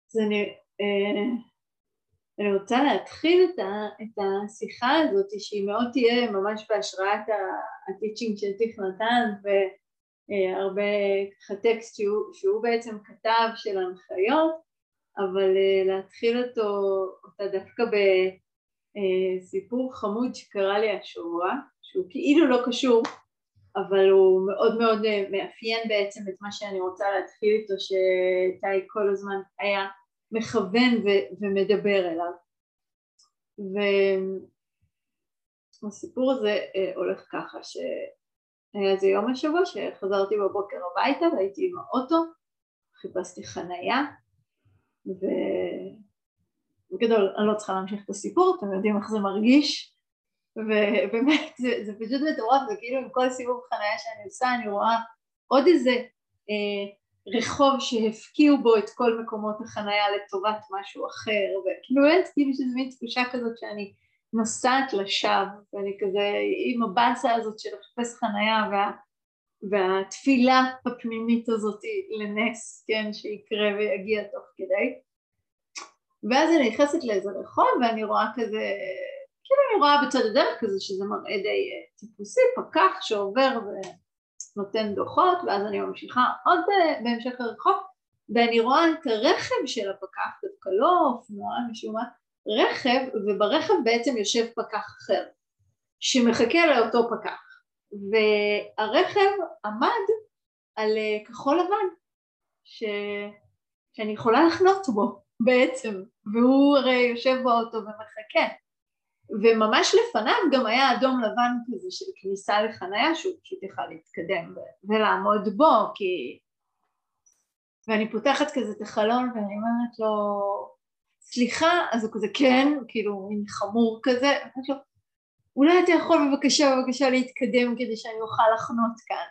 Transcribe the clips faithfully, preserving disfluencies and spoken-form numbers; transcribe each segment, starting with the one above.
אז אני, אה, אני רוצה להתחיל את, ה, את השיחה הזאת שהיא מאוד תהיה ממש בהשראת הטיצ'ינג של טיך נתן והרבה ככה טקסט שהוא, שהוא בעצם כתב של הנחיות, אבל להתחיל אותו, אותה דווקא בסיפור חמוד שקרה לי השבוע, שהוא כאילו לא קשור, אבל הוא מאוד מאוד מאפיין בעצם את מה שאני רוצה להתחיל איתו, שטי כל הזמן היה מכוון ו- ומדבר אליו. והסיפור הזה הולך ככה, שהיה איזה יום השבוע שחזרתי בבוקר הביתה והייתי עם האוטו, חיפשתי חנייה, ובגדול אני לא צריכה להמשיך את הסיפור, אתם יודעים איך זה מרגיש, ובאמת זה, זה פשוט מטורף, זה כאילו עם כל סיבוב חנייה שאני עושה אני רואה עוד איזה אה, רחוב שהפקיעו בו את כל מקומות החנייה לטובת משהו אחר, וכאילו אין כאילו שזה מין תחושה כזאת שאני נוסעת לשווא, ואני כזה עם הבאסה הזאת של לחפש חנייה וה, והתפילה הפנימית הזאת לנס, כן, שיקרה ויגיע תוך כדי. ואז אני נכנסת לאיזה רחוב ואני רואה כזה, כאילו אני רואה בצד הדרך כזה שזה מראה די טיפוסי, פקח שעובר ונותן דוחות, ואז אני ממשיכה עוד בהמשך הרחוב, ואני רואה את הרכב של הפקח, דווקא לא אופנוע משום מה, רכב, וברכב בעצם יושב פקח אחר, שמחכה לאותו פקח, והרכב עמד על כחול לבן, ש... שאני יכולה לחנות בו בעצם, והוא הרי יושב באוטו ומחכה, וממש לפניו גם היה אדום לבן כזה של כניסה לחנייה שהוא פשוט יכל להתקדם ולעמוד בו, כי... ואני פותחת כזה את החלון ואני אומרת לו סליחה, אז הוא כזה כן, כאילו מין חמור כזה, אני אומרת לו אולי אתה יכול בבקשה בבקשה להתקדם כדי שאני אוכל לחנות כאן.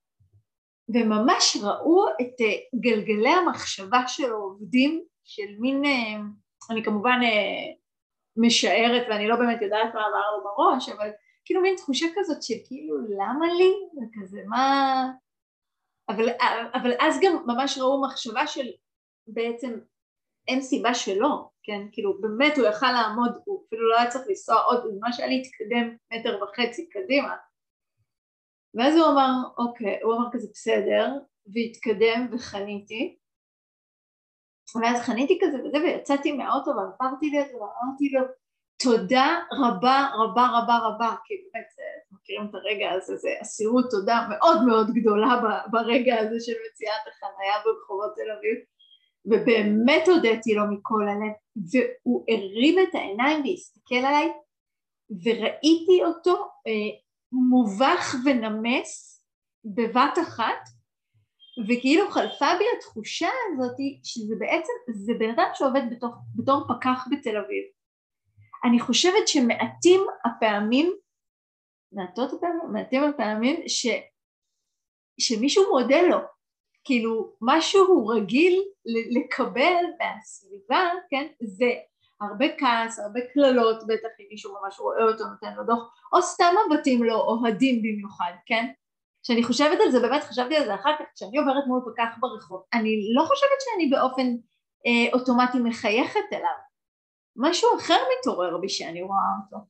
וממש ראו את גלגלי המחשבה שלו עובדים של מין, אני כמובן משערת ואני לא באמת יודעת מה אמר לו בראש, אבל כאילו מין תחושה כזאת של כאילו למה לי וכזה מה, אבל, אבל אז גם ממש ראו מחשבה של בעצם אין סיבה שלא, כן, כאילו באמת הוא יכל לעמוד, הוא אפילו לא היה צריך לנסוע עוד, הוא ממש היה להתקדם מטר וחצי קדימה, ואז הוא אמר אוקיי, הוא אמר כזה בסדר, והתקדם וחניתי, ואז חניתי כזה וזה, ויצאתי מהאוטו ועברתי לידו ואמרתי לו תודה רבה רבה רבה רבה, כי באמת מכירים את הרגע הזה, זה אסירות תודה מאוד מאוד גדולה ברגע הזה של מציאת החנייה ברחובות תל אביב, ובאמת הודיתי לו מכל הלב, והוא הרים את העיניים והסתכל עליי, וראיתי אותו אה, מובך ונמס בבת אחת, וכאילו חלפה בי התחושה הזאת שזה בעצם, זה בן אדם שעובד בתוך, בתור פקח בתל אביב. אני חושבת שמעטים הפעמים, מעטות הפעמים, מעטים הפעמים ש, שמישהו מודה לו, כאילו משהו הוא רגיל לקבל מהסביבה, כן, זה הרבה כעס, הרבה כללות, בטח אם מישהו ממש רואה אותו נותן לו דוח, או סתם מבטים לו אוהדים במיוחד, כן? כשאני חושבת על זה, באמת חשבתי על זה אחר כך, כשאני עוברת מול פקח ברחוב, אני לא חושבת שאני באופן אה, אוטומטי מחייכת אליו, משהו אחר מתעורר בי שאני רואה אותו,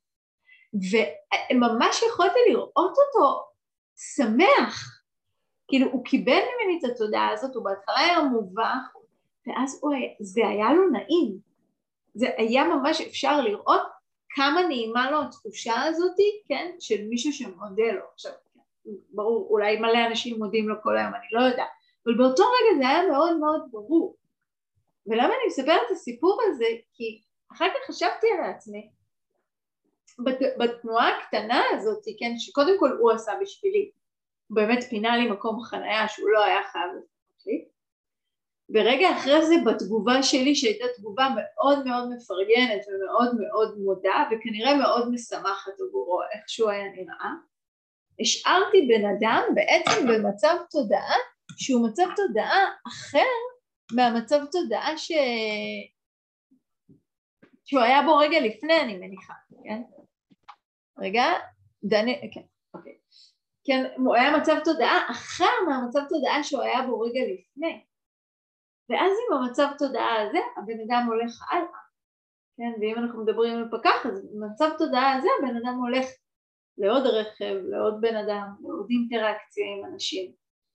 וממש יכולתי לראות אותו שמח, כאילו הוא קיבל ממני את התודעה הזאת, הוא בהתחלה היה מובך, ואז הוא היה, זה היה לו נעים, זה היה ממש אפשר לראות כמה נעימה לו התחושה הזאת, כן, של מישהו שמודה לו. עכשיו, ברור, אולי מלא אנשים מודים לו כל היום, אני לא יודעת, אבל באותו רגע זה היה מאוד מאוד ברור. ולמה אני מספרת את הסיפור הזה? כי אחר כך חשבתי על עצמי, בת, בתנועה הקטנה הזאת, כן, שקודם כל הוא עשה בשבילי, הוא באמת פינה לי מקום חנייה שהוא לא היה חייב לפנות לי, ורגע אחרי זה בתגובה שלי, שהייתה תגובה מאוד מאוד מפרגנת ומאוד מאוד מודה, וכנראה מאוד משמחת עבורו איך שהוא היה נראה, השארתי בן אדם בעצם במצב תודעה, שהוא מצב תודעה אחר מהמצב תודעה ש... שהוא היה בו רגע לפני, אני מניחה, כן? רגע, דני, כן, אוקיי. כן, הוא היה מצב תודעה אחר מהמצב תודעה שהוא היה בו רגע לפני. ואז עם המצב תודעה הזה, הבן אדם הולך הלאה, כן? ואם אנחנו מדברים על פקח, אז במצב תודעה הזה, הבן אדם הולך לעוד רכב, לעוד בן אדם, לעוד אינטראקציה עם אנשים.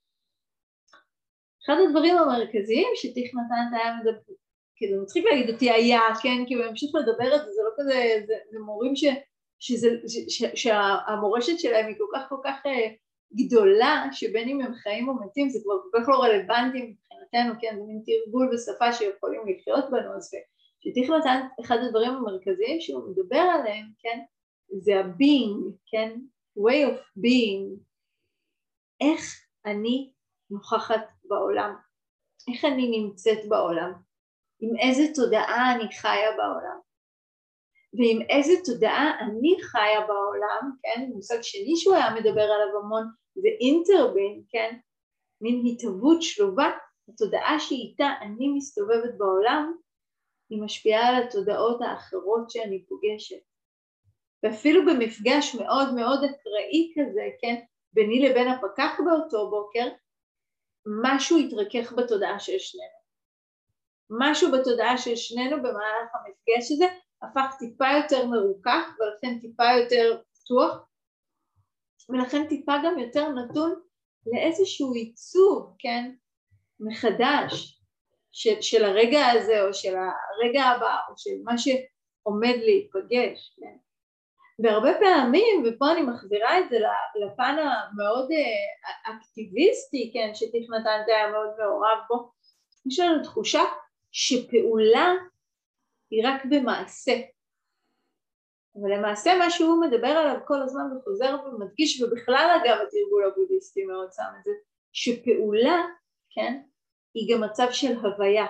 אחד הדברים המרכזיים שתיך נתן היה מדבר, כאילו מצחיק להגיד אותי היה, כן? כי הוא ימשיך לדבר את זה, זה לא כזה, זה, זה מורים ש, שזה, ש, ש, שהמורשת שלהם היא כל כך כל כך גדולה, שבין אם הם חיים או מתים, זה כבר כל כך לא רלוונטי מבחינתנו, כן? זה מין תרגול בשפה שיכולים לחיות בנו, אז שתיך נתן אחד הדברים המרכזיים שהוא מדבר עליהם, כן? זה ה-being, כן? way of being. איך אני נוכחת בעולם? איך אני נמצאת בעולם? עם איזה תודעה אני חיה בעולם? ועם איזה תודעה אני חיה בעולם, כן? מושג שני שהוא היה מדבר עליו המון, זה אינטרבין, כן? מין התהוות שלובה, התודעה שאיתה אני מסתובבת בעולם, היא משפיעה על התודעות האחרות שאני פוגשת. ואפילו במפגש מאוד מאוד אקראי כזה, כן, ביני לבין הפקח באותו בוקר, משהו התרכך בתודעה של שנינו. משהו בתודעה של שנינו במהלך המפגש הזה, הפך טיפה יותר מרוכך, ולכן טיפה יותר פתוח, ולכן טיפה גם יותר נתון לאיזשהו עיצוב, כן, מחדש, של, של הרגע הזה, או של הרגע הבא, או של מה שעומד להיפגש, כן. והרבה פעמים, ופה אני מחזירה את זה לפן המאוד אקטיביסטי, כן, שתיך נתן היה מאוד מעורב בו, יש לנו תחושה שפעולה היא רק במעשה. אבל למעשה מה שהוא מדבר עליו כל הזמן וחוזר ומדגיש, ובכלל אגב התרגול הבודהיסטי מאוד שם את זה, שפעולה, כן, היא גם מצב של הוויה.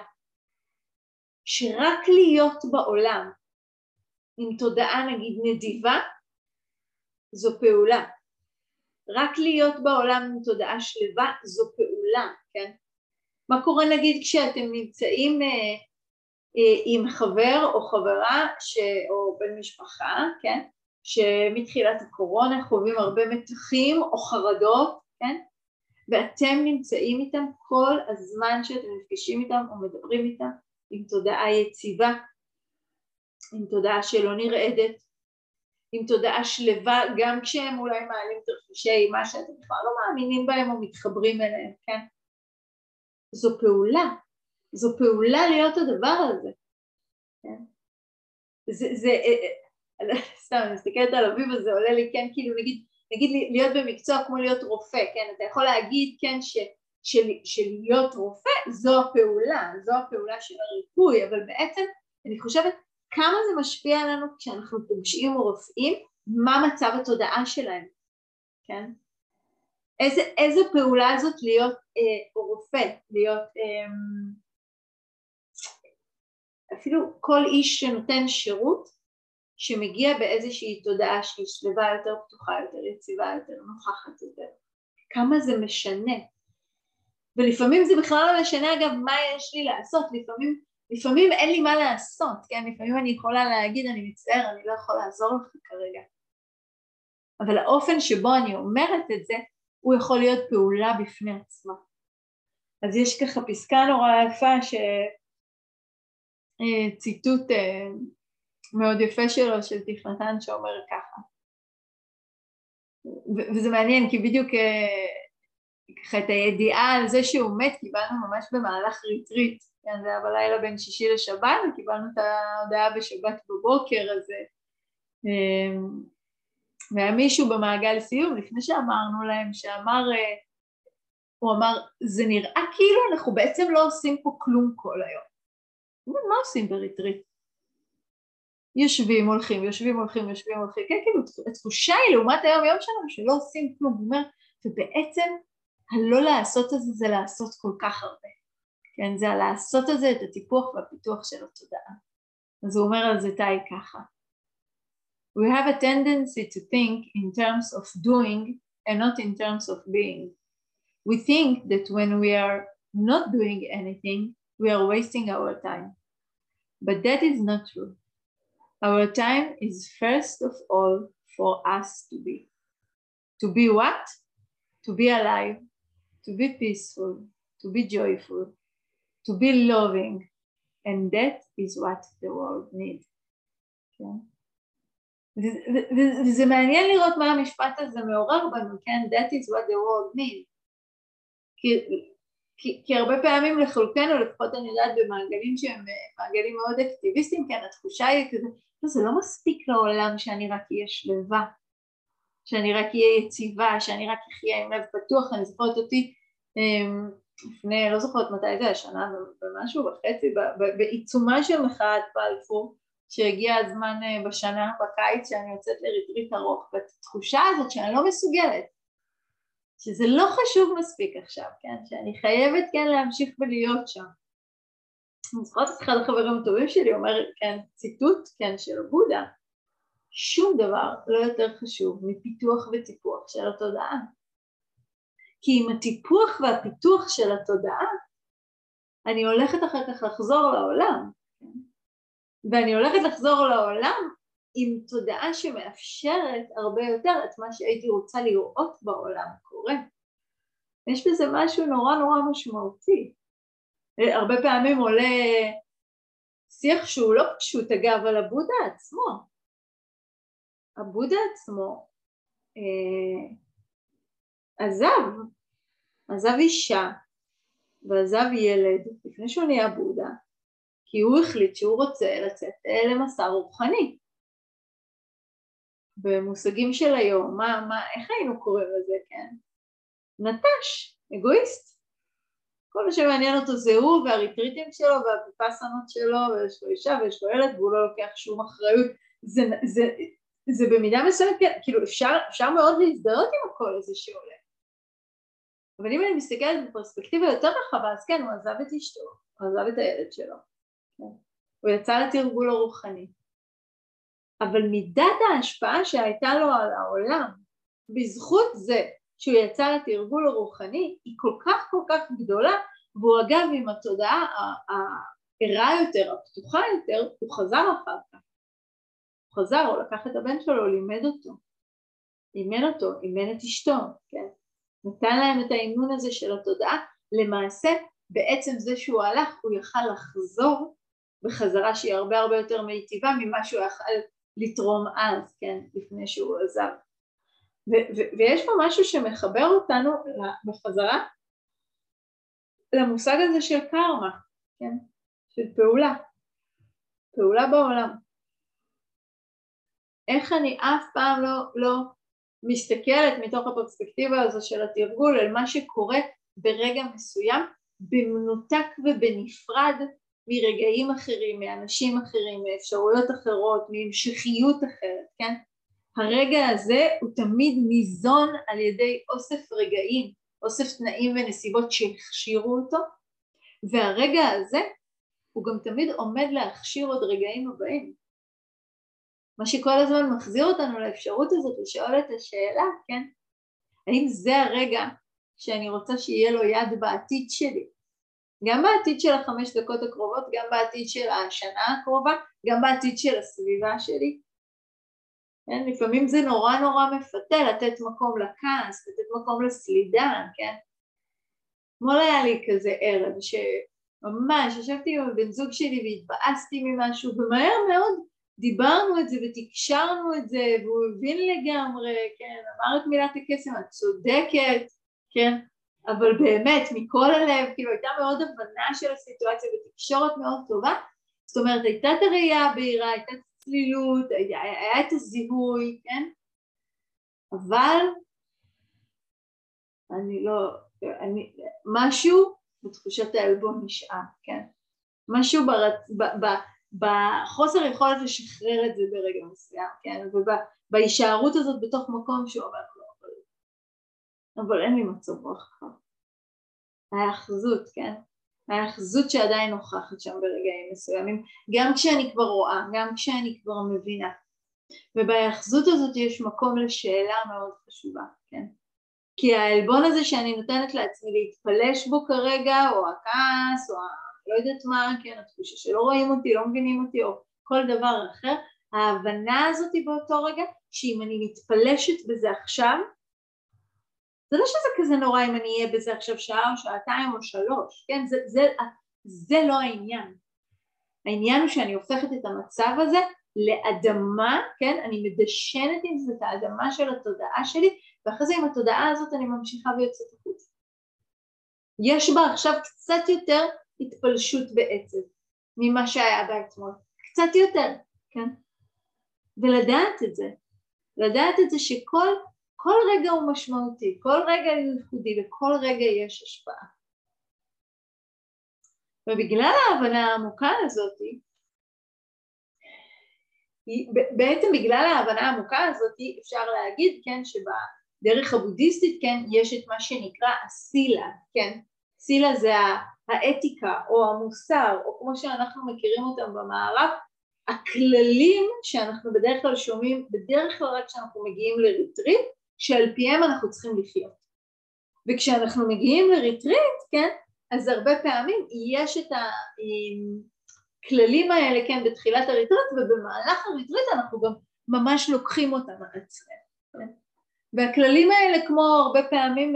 שרק להיות בעולם, עם תודעה נגיד נדיבה, זו פעולה. רק להיות בעולם עם תודעה שלווה, זו פעולה, כן? מה קורה נגיד כשאתם נמצאים אה, אה, עם חבר או חברה, ש... או בן משפחה, כן? שמתחילת הקורונה חווים הרבה מתחים או חרדות, כן? ואתם נמצאים איתם כל הזמן שאתם נפגשים איתם או מדברים איתם, עם תודעה יציבה, עם תודעה שלא נרעדת, עם תודעה שלווה, גם כשהם אולי מעלים תרחישי מה שאתם בכלל לא מאמינים בהם או מתחברים אליהם, כן? זו פעולה, זו פעולה להיות הדבר הזה, כן? זה, זה, סתם, אני מסתכלת על אביב הזה, עולה לי, כן, כאילו נגיד, נגיד להיות במקצוע כמו להיות רופא, כן? אתה יכול להגיד, כן, ש, של, שלהיות רופא זו הפעולה, זו הפעולה של הריפוי, אבל בעצם אני חושבת, כמה זה משפיע עלינו כשאנחנו פוגשים רופאים, מה מצב התודעה שלהם, כן? איזה, איזה פעולה הזאת להיות אה, רופא, להיות אה, אפילו כל איש שנותן שירות, שמגיע באיזושהי תודעה שהיא שלווה יותר פתוחה, יותר יציבה, יותר נוכחת יותר. כמה זה משנה. ולפעמים זה בכלל לא משנה אגב מה יש לי לעשות, לפעמים לפעמים אין לי מה לעשות, כן? לפעמים אני יכולה להגיד, אני מצטער, אני לא יכולה לעזור לך כרגע. אבל האופן שבו אני אומרת את זה, הוא יכול להיות פעולה בפני עצמה. אז יש ככה פסקה נורא יפה, שציטוט מאוד יפה שלו, של תיך נתן, שאומר ככה. וזה מעניין, כי בדיוק ככה את הידיעה על זה שהוא מת, קיבלנו ממש במהלך ריטריט, כן, זה היה בלילה בין שישי לשבת, וקיבלנו את ההודעה בשבת בבוקר, אז והיה מישהו במעגל סיום, לפני שאמרנו להם, שאמר, הוא אמר, זה נראה כאילו אנחנו בעצם לא עושים פה כלום כל היום. מה עושים בריטריט? יושבים, הולכים, יושבים, הולכים, יושבים, הולכים, כן, כאילו, התחושה היא לעומת היום יום שלנו שלא עושים כלום, הוא אומר, ובעצם הלא לעשות את זה, זה לעשות כל כך הרבה. כן, זה לעשות את זה, את הטיפוח והפיתוח של התודעה. אז הוא אומר על זה תאי ככה. We have a tendency to think in terms of doing and not in terms of being. We think that when we are not doing anything, we are wasting our time. But that is not true. Our time is first of all for us to be. To be what? To be alive, to be peaceful, to be joyful, to be loving, and that is what the world needs. כן? וזה מעניין לראות מה המשפט הזה מעורר בנו, כן? That is what the world needs. כי, כי, כי הרבה פעמים לחלקנו, לפחות אני יודעת במעגלים שהם מעגלים מאוד אקטיביסטיים, כן, התחושה היא כזה, זה לא מספיק לעולם שאני רק אהיה שלווה, שאני רק אהיה יציבה, שאני רק אחיה עם לב פתוח. אני זוכרת אותי לפני, לא זוכרת מתי זה, השנה ומשהו וחצי, בעיצומה של מחאת בלפור, שהגיע הזמן בשנה, בקיץ, שאני יוצאת לריטריט ארוך, והתחושה הזאת שאני לא מסוגלת, שזה לא חשוב מספיק עכשיו, כן? שאני חייבת כן להמשיך ולהיות שם. אני זוכרת את אחד החברים הטובים שלי, אומר, כן, ציטוט, כן, של בודה, שום דבר לא יותר חשוב מפיתוח וטיפוח של התודעה. כי עם הטיפוח והפיתוח של התודעה, אני הולכת אחר כך לחזור לעולם, כן? ואני הולכת לחזור לעולם עם תודעה שמאפשרת הרבה יותר את מה שהייתי רוצה לראות בעולם קורה. יש בזה משהו נורא נורא משמעותי. הרבה פעמים עולה שיח שהוא לא פשוט, אגב, על הבודה עצמו. הבודה עצמו אה, עזב, עזב אישה ועזב ילד לפני שהוא נהיה בודה, כי הוא החליט שהוא רוצה לצאת למסע רוחני. במושגים של היום, מה, מה, איך היינו קוראים לזה, כן? נטש, אגואיסט. כל מה שמעניין אותו זה הוא והריטריטים שלו והפיפסנות שלו, ויש לו אישה ויש לו ילד, והוא לא לוקח שום אחריות. זה, זה, זה במידה מסוימת, כן, כאילו אפשר, אפשר מאוד להזדהות עם הקול הזה שעולה. אבל אם אני מסתכלת בפרספקטיבה יותר רחבה, אז כן, הוא עזב את אשתו, הוא עזב את הילד שלו. כן? הוא יצא לתרגול הרוחני. אבל מידת ההשפעה שהייתה לו על העולם, בזכות זה שהוא יצא לתרגול הרוחני, היא כל כך כל כך גדולה, והוא אגב עם התודעה הערה יותר, הפתוחה יותר, הוא חזר אחר כך. הוא חזר, הוא לקח את הבן שלו, לימד אותו, אימן אותו, אימן את אשתו, כן? נתן להם את האימון הזה של התודעה, למעשה בעצם זה שהוא הלך, הוא יכל לחזור בחזרה שהיא הרבה הרבה יותר מיטיבה ממה שהוא יכל לתרום אז, כן, לפני שהוא עזב. ו- ו- ויש פה משהו שמחבר אותנו בחזרה למושג הזה של קרמה, כן, של פעולה, פעולה בעולם. איך אני אף פעם לא, לא מסתכלת מתוך הפרספקטיבה הזו של התרגול על מה שקורה ברגע מסוים, במנותק ובנפרד מרגעים אחרים, מאנשים אחרים, מאפשרויות אחרות, מהמשכיות אחרת, כן? הרגע הזה הוא תמיד ניזון על ידי אוסף רגעים, אוסף תנאים ונסיבות שהכשירו אותו, והרגע הזה הוא גם תמיד עומד להכשיר עוד רגעים הבאים. מה שכל הזמן מחזיר אותנו לאפשרות הזאת לשאול את השאלה, כן? האם זה הרגע שאני רוצה שיהיה לו יד בעתיד שלי? גם בעתיד של החמש דקות הקרובות, גם בעתיד של השנה הקרובה, גם בעתיד של הסביבה שלי. כן? לפעמים זה נורא נורא מפתה לתת מקום לכעס, לתת מקום לסלידה, כן? אתמול היה לי כזה ערב שממש ישבתי עם הבן זוג שלי והתבאסתי ממשהו, ומהר מאוד דיברנו את זה ותקשרנו את זה, והוא הבין לגמרי, כן? אמר את מילת הקסם, את צודקת, כן? אבל באמת מכל הלב, כאילו הייתה מאוד הבנה של הסיטואציה ותקשורת מאוד טובה, זאת אומרת הייתה את הראייה הבהירה, הייתה את הצלילות, היה, היה את הזיהוי, כן? אבל אני לא, אני, משהו בתחושת העלבון נשאר, כן? משהו ברצ, ב, ב, בחוסר יכולת לשחרר את זה ברגע מסוים, כן? ובהישארות הזאת בתוך מקום שאומר לא, אבל אין לי מצב רוח אחר. ההאחזות, כן? ההאחזות שעדיין נוכחת שם ברגעים מסוימים, גם כשאני כבר רואה, גם כשאני כבר מבינה. ובהאחזות הזאת יש מקום לשאלה מאוד חשובה, כן? כי העלבון הזה שאני נותנת לעצמי להתפלש בו כרגע, או הכעס, או לא יודעת מה, כן, התחושה שלא רואים אותי, לא מבינים אותי, או כל דבר אחר, ההבנה הזאת באותו רגע, שאם אני מתפלשת בזה עכשיו, זה לא שזה כזה נורא אם אני אהיה בזה עכשיו שעה או שעתיים או שלוש, כן? זה, זה, זה לא העניין. העניין הוא שאני הופכת את המצב הזה לאדמה, כן? אני מדשנת עם זה את האדמה של התודעה שלי, ואחרי זה עם התודעה הזאת אני ממשיכה ויוצאת החוצה. יש בה עכשיו קצת יותר התפלשות בעצב ממה שהיה בה אתמול. קצת יותר, כן? ולדעת את זה. לדעת את זה שכל כל רגע הוא משמעותי, כל רגע הוא ייחודי, וכל רגע יש השפעה. ובגלל ההבנה העמוקה הזאת, בעצם בגלל ההבנה העמוקה הזאת אפשר להגיד, כן, שבדרך הבודהיסטית, כן, יש את מה שנקרא הסילה, כן, סילה זה האתיקה או המוסר, או כמו שאנחנו מכירים אותם במערב, הכללים שאנחנו בדרך כלל שומעים, בדרך כלל רק כשאנחנו מגיעים לריטריט, שעל פיהם אנחנו צריכים לחיות. וכשאנחנו מגיעים לריטריט, כן, אז הרבה פעמים יש את הכללים האלה, כן, בתחילת הריטריט, ובמהלך הריטריט אנחנו גם ממש לוקחים אותם על עצמם. כן? והכללים האלה, כמו הרבה פעמים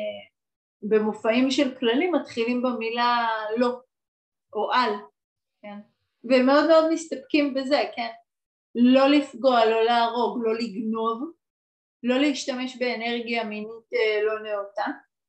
במופעים של כללים, מתחילים במילה לא, או על, כן? והם מאוד מאוד מסתפקים בזה, כן? לא לפגוע, לא להרוג, לא לגנוב, לא להשתמש באנרגיה מינית לא נאותה,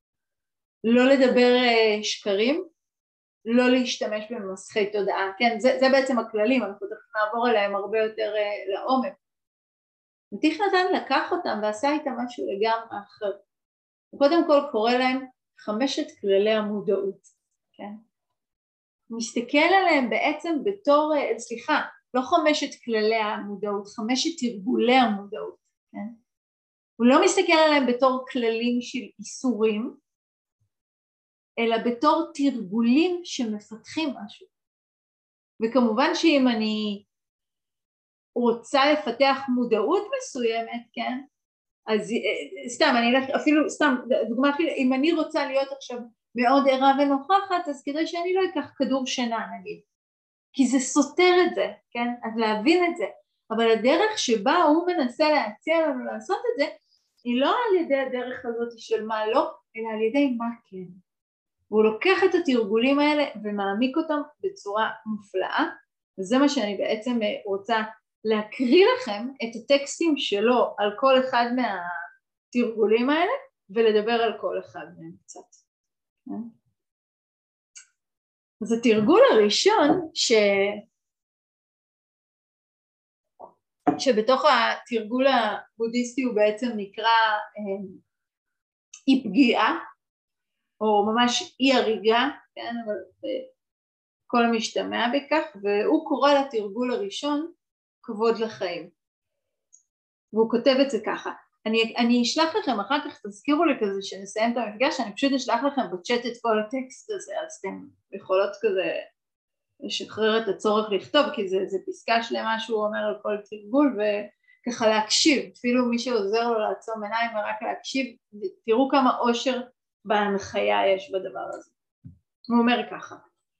לא לדבר שקרים, לא להשתמש במסכי תודעה, כן? זה, זה בעצם הכללים, אנחנו תכף נעבור עליהם הרבה יותר לעומק. ותיך נתן לקח אותם ועשה איתם משהו לגמרי אחר. וקודם כל קורא להם חמשת כללי המודעות, כן? הוא מסתכל עליהם בעצם בתור, סליחה, לא חמשת כללי המודעות, חמשת תרגולי המודעות, כן? הוא לא מסתכל עליהם בתור כללים של איסורים, אלא בתור תרגולים שמפתחים משהו. וכמובן שאם אני רוצה לפתח מודעות מסוימת, כן? אז סתם, אני אלך, אפילו, סתם, דוגמה, אפילו, אם אני רוצה להיות עכשיו מאוד ערה ונוכחת, אז כדאי שאני לא אקח כדור שינה, נגיד. כי זה סותר את זה, כן? אז להבין את זה. אבל הדרך שבה הוא מנסה להציע לנו לעשות את זה, היא לא על ידי הדרך הזאת של מה לא, אלא על ידי מה כן. והוא לוקח את התרגולים האלה ומעמיק אותם בצורה מופלאה, וזה מה שאני בעצם רוצה להקריא לכם את הטקסטים שלו על כל אחד מהתרגולים האלה, ולדבר על כל אחד מהם קצת. אז התרגול הראשון, ש... שבתוך התרגול הבודהיסטי הוא בעצם נקרא אי פגיעה, או ממש אי הריגה, כן, אבל כל המשתמע בכך, והוא קורא לתרגול הראשון כבוד לחיים. והוא כותב את זה ככה, אני, אני אשלח לכם אחר כך, תזכירו לי כזה שנסיים את המפגש, אני פשוט אשלח לכם בצ'אט את כל הטקסט הזה, אז אתם יכולות כזה לשחרר את הצורך לכתוב, כי זה, זה פסקה שלמה שהוא אומר על כל תרגול, וככה להקשיב, אפילו מי שעוזר לו לעצום עיניים ורק להקשיב, תראו כמה אושר בהנחיה יש בדבר הזה. הוא אומר ככה,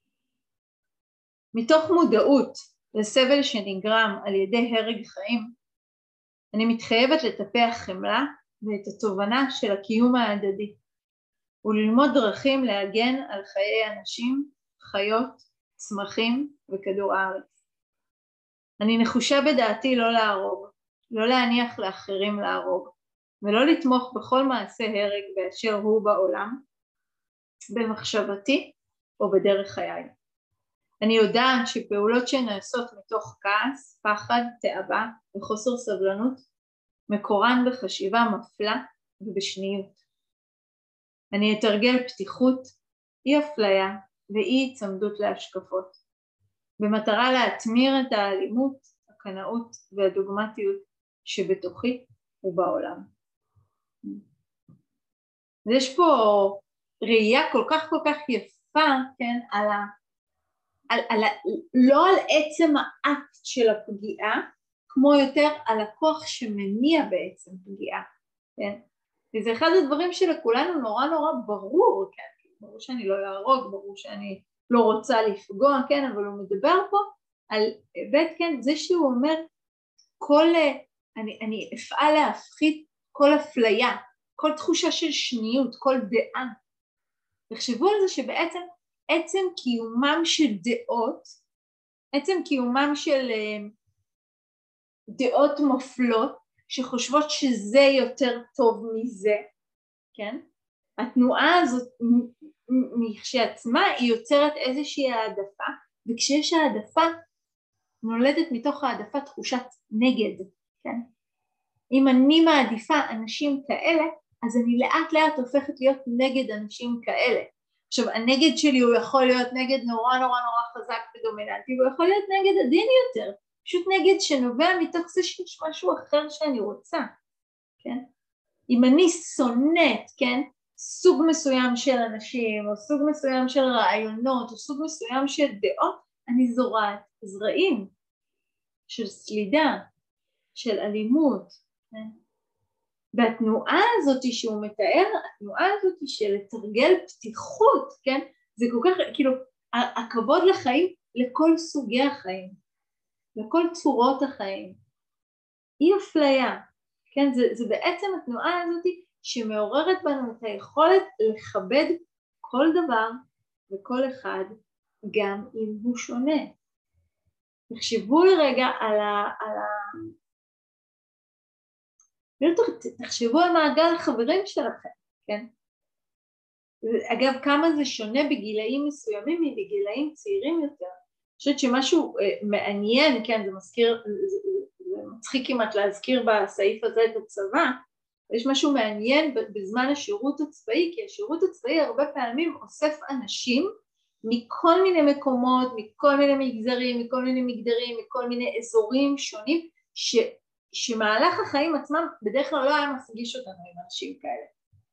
מתוך מודעות לסבל שנגרם על ידי הרג חיים, אני מתחייבת לטפח חמלה ואת התובנה של הקיום ההדדי, וללמוד דרכים להגן על חיי אנשים, חיות, צמחים וכדור הארץ. אני נחושה בדעתי לא להרוג, לא להניח לאחרים להרוג, ולא לתמוך בכל מעשה הרג באשר הוא בעולם, במחשבתי או בדרך חיי. אני יודעת שפעולות שנעשות מתוך כעס, פחד, תאווה וחוסר סבלנות, מקורן בחשיבה מפלה ובשניות. אני אתרגל פתיחות, אי אפליה ואי צמדות להשקפות, במטרה להתמיר את האלימות, הקנאות והדוגמטיות שבתוכי ובעולם. יש פה ראייה כל כך כל כך יפה, כן, על ה, על, על ה, לא על עצם האקט של הפגיעה, כמו יותר על הכוח שמניע בעצם פגיעה, כן? וזה אחד הדברים שלכולנו נורא נורא ברור, כן? ברור שאני לא להרוג, ברור שאני לא רוצה לפגוע, כן? אבל הוא מדבר פה על בית, כן? זה שהוא אומר, כל, אני, אני אפעל להפחית כל אפליה, כל תחושה של שניות, כל דעה. תחשבו על זה שבעצם עצם קיומם של דעות, עצם קיומם של דעות מופלות, שחושבות שזה יותר טוב מזה, כן? התנועה הזאת כשעצמה היא יוצרת איזושהי העדפה, וכשיש העדפה נולדת מתוך העדפה תחושת נגד, כן? אם אני מעדיפה אנשים כאלה, אז אני לאט לאט הופכת להיות נגד אנשים כאלה. עכשיו הנגד שלי הוא יכול להיות נגד נורא נורא נורא חזק ודומיננטי, והוא יכול להיות נגד עדין יותר, פשוט נגד שנובע מתוך זה שיש משהו אחר שאני רוצה, כן? אם אני שונאת, כן, סוג מסוים של אנשים, או סוג מסוים של רעיונות, או סוג מסוים של דעות, אני זורעת זרעים של סלידה, של אלימות, כן? והתנועה הזאת שהוא מתאר, התנועה הזאת של לתרגל פתיחות, כן? זה כל כך, כאילו, הכבוד לחיים, לכל סוגי החיים, לכל צורות החיים, אי אפליה, כן? זה, זה בעצם התנועה הזאת שמעוררת בנו את היכולת לכבד כל דבר וכל אחד, גם אם הוא שונה. תחשבו לרגע על ה... על ה... תחשבו על מעגל החברים שלכם, כן? אגב, כמה זה שונה בגילאים מסוימים מבגילאים צעירים יותר. אני חושבת שמשהו אה, מעניין, כן, זה מזכיר, זה, זה מצחיק כמעט להזכיר בסעיף הזה את הצבא, יש משהו מעניין בזמן השירות הצבאי, כי השירות הצבאי הרבה פעמים אוסף אנשים מכל מיני מקומות, מכל מיני מגזרים, מכל מיני מגדרים, מכל מיני אזורים שונים, ש... שמהלך החיים עצמם בדרך כלל לא היה מפגיש אותנו עם אנשים כאלה.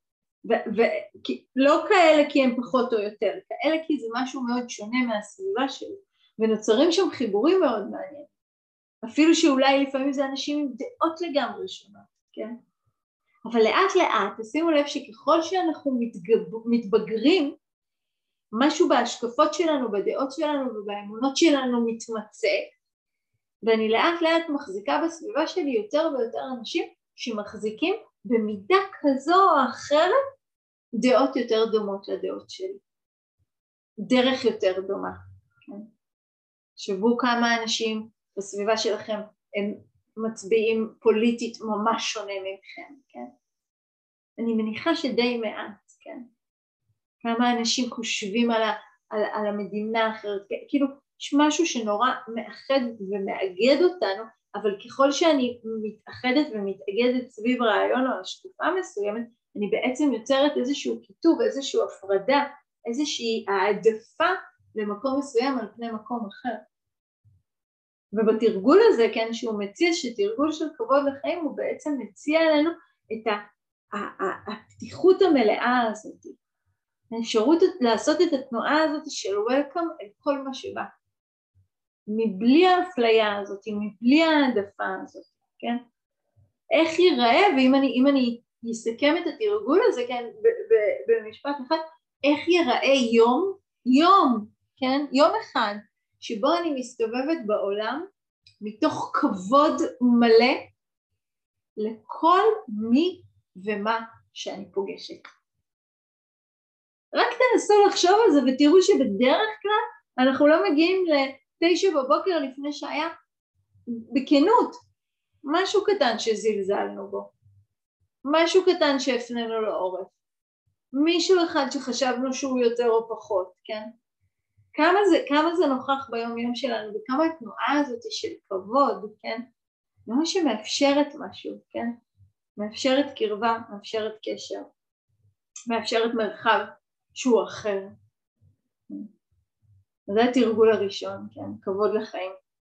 ולא כאלה כי הם פחות או יותר, כאלה כי זה משהו מאוד שונה מהסביבה שלי, ונוצרים שם חיבורים מאוד מעניינים. אפילו שאולי לפעמים זה אנשים עם דעות לגמרי שונות, כן? אבל לאט לאט, תשימו לב שככל שאנחנו מתגב... מתבגרים, משהו בהשקפות שלנו, בדעות שלנו ובאמונות שלנו מתמצא, ואני לאט לאט מחזיקה בסביבה שלי יותר ויותר אנשים שמחזיקים במידה כזו או אחרת דעות יותר דומות לדעות שלי. דרך יותר דומה. כן? שבו כמה אנשים בסביבה שלכם הם מצביעים פוליטית ממש שונה מכם. כן? אני מניחה שדי מעט. כן? כמה אנשים חושבים על, ה, על, על המדינה האחרת. כאילו, יש משהו שנורא מאחד ומאגד אותנו, אבל ככל שאני מתאחדת ומתאגדת סביב רעיון או השקפה מסוימת, אני בעצם יוצרת איזשהו כיתוב, איזשהו הפרדה, איזושהי העדפה למקום מסוים על פני מקום אחר. ובתרגול הזה, כן, שהוא מציע שתרגול של כבוד לחיים, הוא בעצם מציע לנו את הפתיחות המלאה הזאת, האפשרות לעשות את התנועה הזאת של וולקאם אל כל מה שבא. מבלי האפליה הזאת, מבלי העדפה הזאת, כן? איך ייראה, ואם אני, אם אני אסכם את התרגול הזה, כן, במשפט אחד, איך ייראה יום, יום, כן, יום אחד, שבו אני מסתובבת בעולם, מתוך כבוד מלא, לכל מי ומה שאני פוגשת. רק תנסו לחשוב על זה, ותראו שבדרך כלל, אנחנו לא מגיעים ל... תשע בבוקר לפני שהיה, בכנות, משהו קטן שזלזלנו בו, משהו קטן שהפנינו לו עורף, מישהו אחד שחשבנו שהוא יותר או פחות, כן? כמה זה, כמה זה נוכח ביום יום שלנו, וכמה התנועה הזאת של כבוד, כן? זה מה שמאפשרת משהו, כן? מאפשרת קרבה, מאפשרת קשר, מאפשרת מרחב שהוא אחר. זה התרגול הראשון, כן, כבוד לחיים.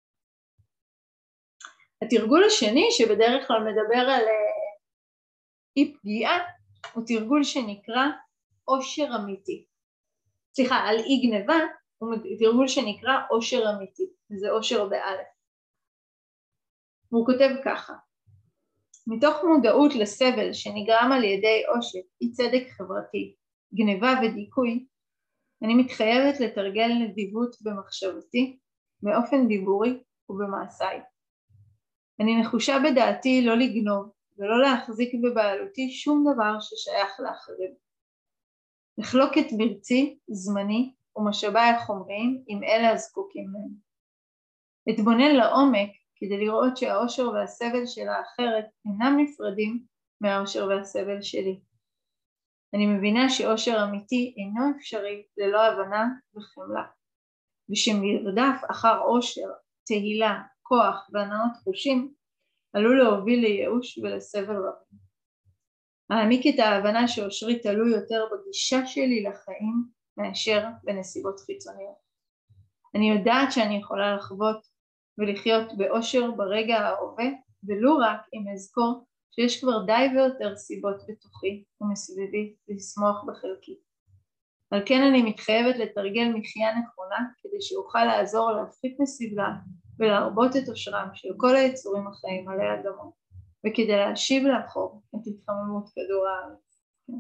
התרגול השני שבדרך כלל מדבר על אי פגיעה, הוא תרגול שנקרא עושר אמיתי. סליחה, על אי גניבה, הוא תרגול שנקרא עושר אמיתי, זה עושר באלף. והוא כותב ככה, מתוך מודעות לסבל שנגרם על ידי עושר, אי צדק חברתי, גניבה ודיכוי, אני מתחייבת לתרגל נדיבות במחשבתי, מאופן דיבורי ובמעשיי. אני נחושה בדעתי לא לגנוב ולא להחזיק בבעלותי שום דבר ששייך לאחרים. לחלוק את ברצי, זמני ומשאבי החומריים עם אלה הזקוקים להם. אתבונן לעומק כדי לראות שהאושר והסבל של האחרת אינם נפרדים מהאושר והסבל שלי. אני מבינה שאושר אמיתי אינו אפשרי ללא הבנה וחמלה, ושמרדף אחר אושר, תהילה, כוח והנאות חושים עלול להוביל לייאוש ולסבל רבים. מעמיק את ההבנה שאושרי תלוי יותר בגישה שלי לחיים מאשר בנסיבות חיצוניות. אני יודעת שאני יכולה לחוות ולחיות באושר ברגע ההווה, ולו רק אם אזכור שיש כבר די ויותר סיבות בתוכי ומסביבי לשמוח בחלקי. על כן אני מתחייבת לתרגל מחיה נכונה כדי שאוכל לעזור להפחית מסבלה ולהרבות את אושרם של כל היצורים החיים עלי אדמות, וכדי להשיב לאחור את התחממות כדור הארץ.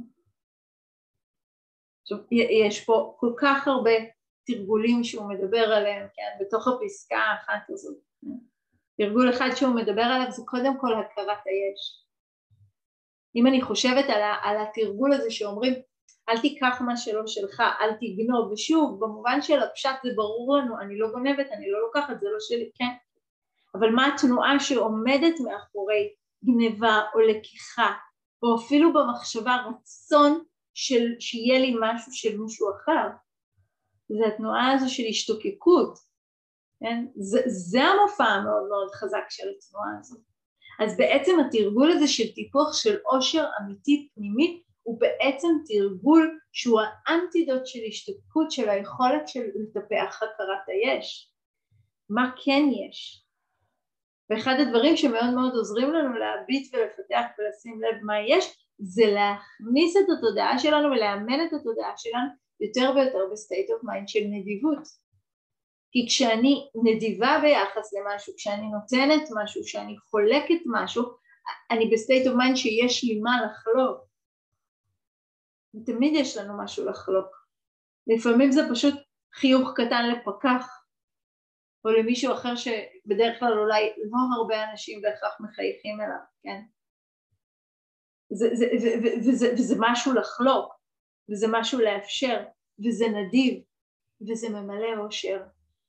עכשיו, יש פה כל כך הרבה תרגולים שהוא מדבר עליהם, כן, בתוך הפסקה האחת הזאת. תרגול אחד שהוא מדבר עליו זה קודם כל הכרת היש. אם אני חושבת על, ה, על התרגול הזה שאומרים, אל תיקח מה שלא שלך, אל תגנוב, ושוב, במובן של הפשט זה ברור לנו, אני לא גונבת, אני לא לוקחת, זה לא שלי, כן. אבל מה התנועה שעומדת מאחורי גניבה או לקיחה, או אפילו במחשבה רצון של, שיהיה לי משהו של מישהו אחר? זה התנועה הזו של השתוקקות, כן? זה, זה המופע המאוד מאוד חזק של התנועה הזאת. אז בעצם התרגול הזה של טיפוח של עושר אמיתי פנימי, הוא בעצם תרגול שהוא האנטידוט של השתוקקות, של היכולת של לטפח הכרת היש. מה כן יש? ואחד הדברים שמאוד מאוד עוזרים לנו להביט ולפתח ולשים לב מה יש, זה להכניס את התודעה שלנו ולאמן את התודעה שלנו יותר ויותר בסטייט אוף מיינד של נדיבות. כי כשאני נדיבה ביחס למשהו, כשאני נותנת משהו, כשאני חולקת משהו, אני בסטייט אוף מיינד שיש לי מה לחלוק. ותמיד יש לנו משהו לחלוק. לפעמים זה פשוט חיוך קטן לפקח, או למישהו אחר שבדרך כלל אולי לא הרבה אנשים בהכרח מחייכים אליו, כן? זה, זה, זה, זה, וזה, וזה משהו לחלוק, וזה משהו לאפשר, וזה נדיב, וזה ממלא אושר.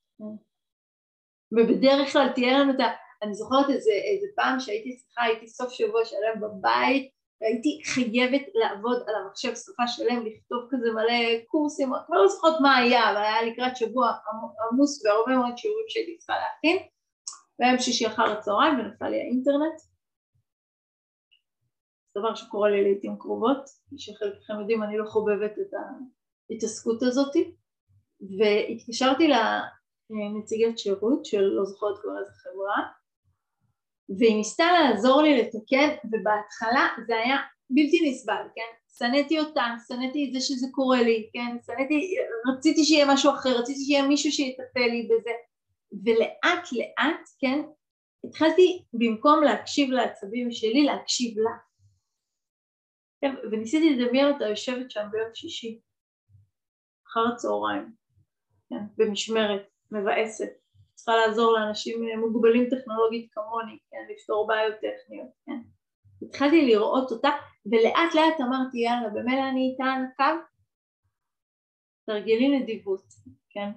ובדרך כלל תהיה לנו את ה... אני זוכרת איזה, איזה פעם שהייתי צריכה, הייתי סוף שבוע שלם בבית, והייתי חייבת לעבוד על המחשב סופה שלם, לכתוב כזה מלא קורסים, כבר לא זוכרת מה היה, אבל היה לקראת שבוע עמוס והרבה מאוד שיעורים שהייתי צריכה להכין, והיום שישי אחר הצהריים ונפל לי האינטרנט. זה דבר שקורה לי לעתים קרובות, שחלקכם יודעים אני לא חובבת את ההתעסקות הזאת, והתקשרתי לנציגת שירות של לא זוכרת כבר איזה חברה, והיא ניסתה לעזור לי לתקן, ובהתחלה זה היה בלתי נסבל, כן? שנאתי אותה, שנאתי את זה שזה קורה לי, כן? שנאתי, רציתי שיהיה משהו אחר, רציתי שיהיה מישהו שיטפל לי בזה, ולאט לאט, כן? התחלתי במקום להקשיב לעצבים שלי, להקשיב לה. כן? וניסיתי לדמיין אותה יושבת שם ביום שישי, אחר הצהריים, כן? במשמרת, מבאסת. צריכה לעזור לאנשים מוגבלים טכנולוגית כמוני, כן, לפתור בעיות טכניות, כן. התחלתי לראות אותה, ולאט לאט אמרתי, יאללה, במילא אני איתה על הקו, תרגלי נדיבות, כן.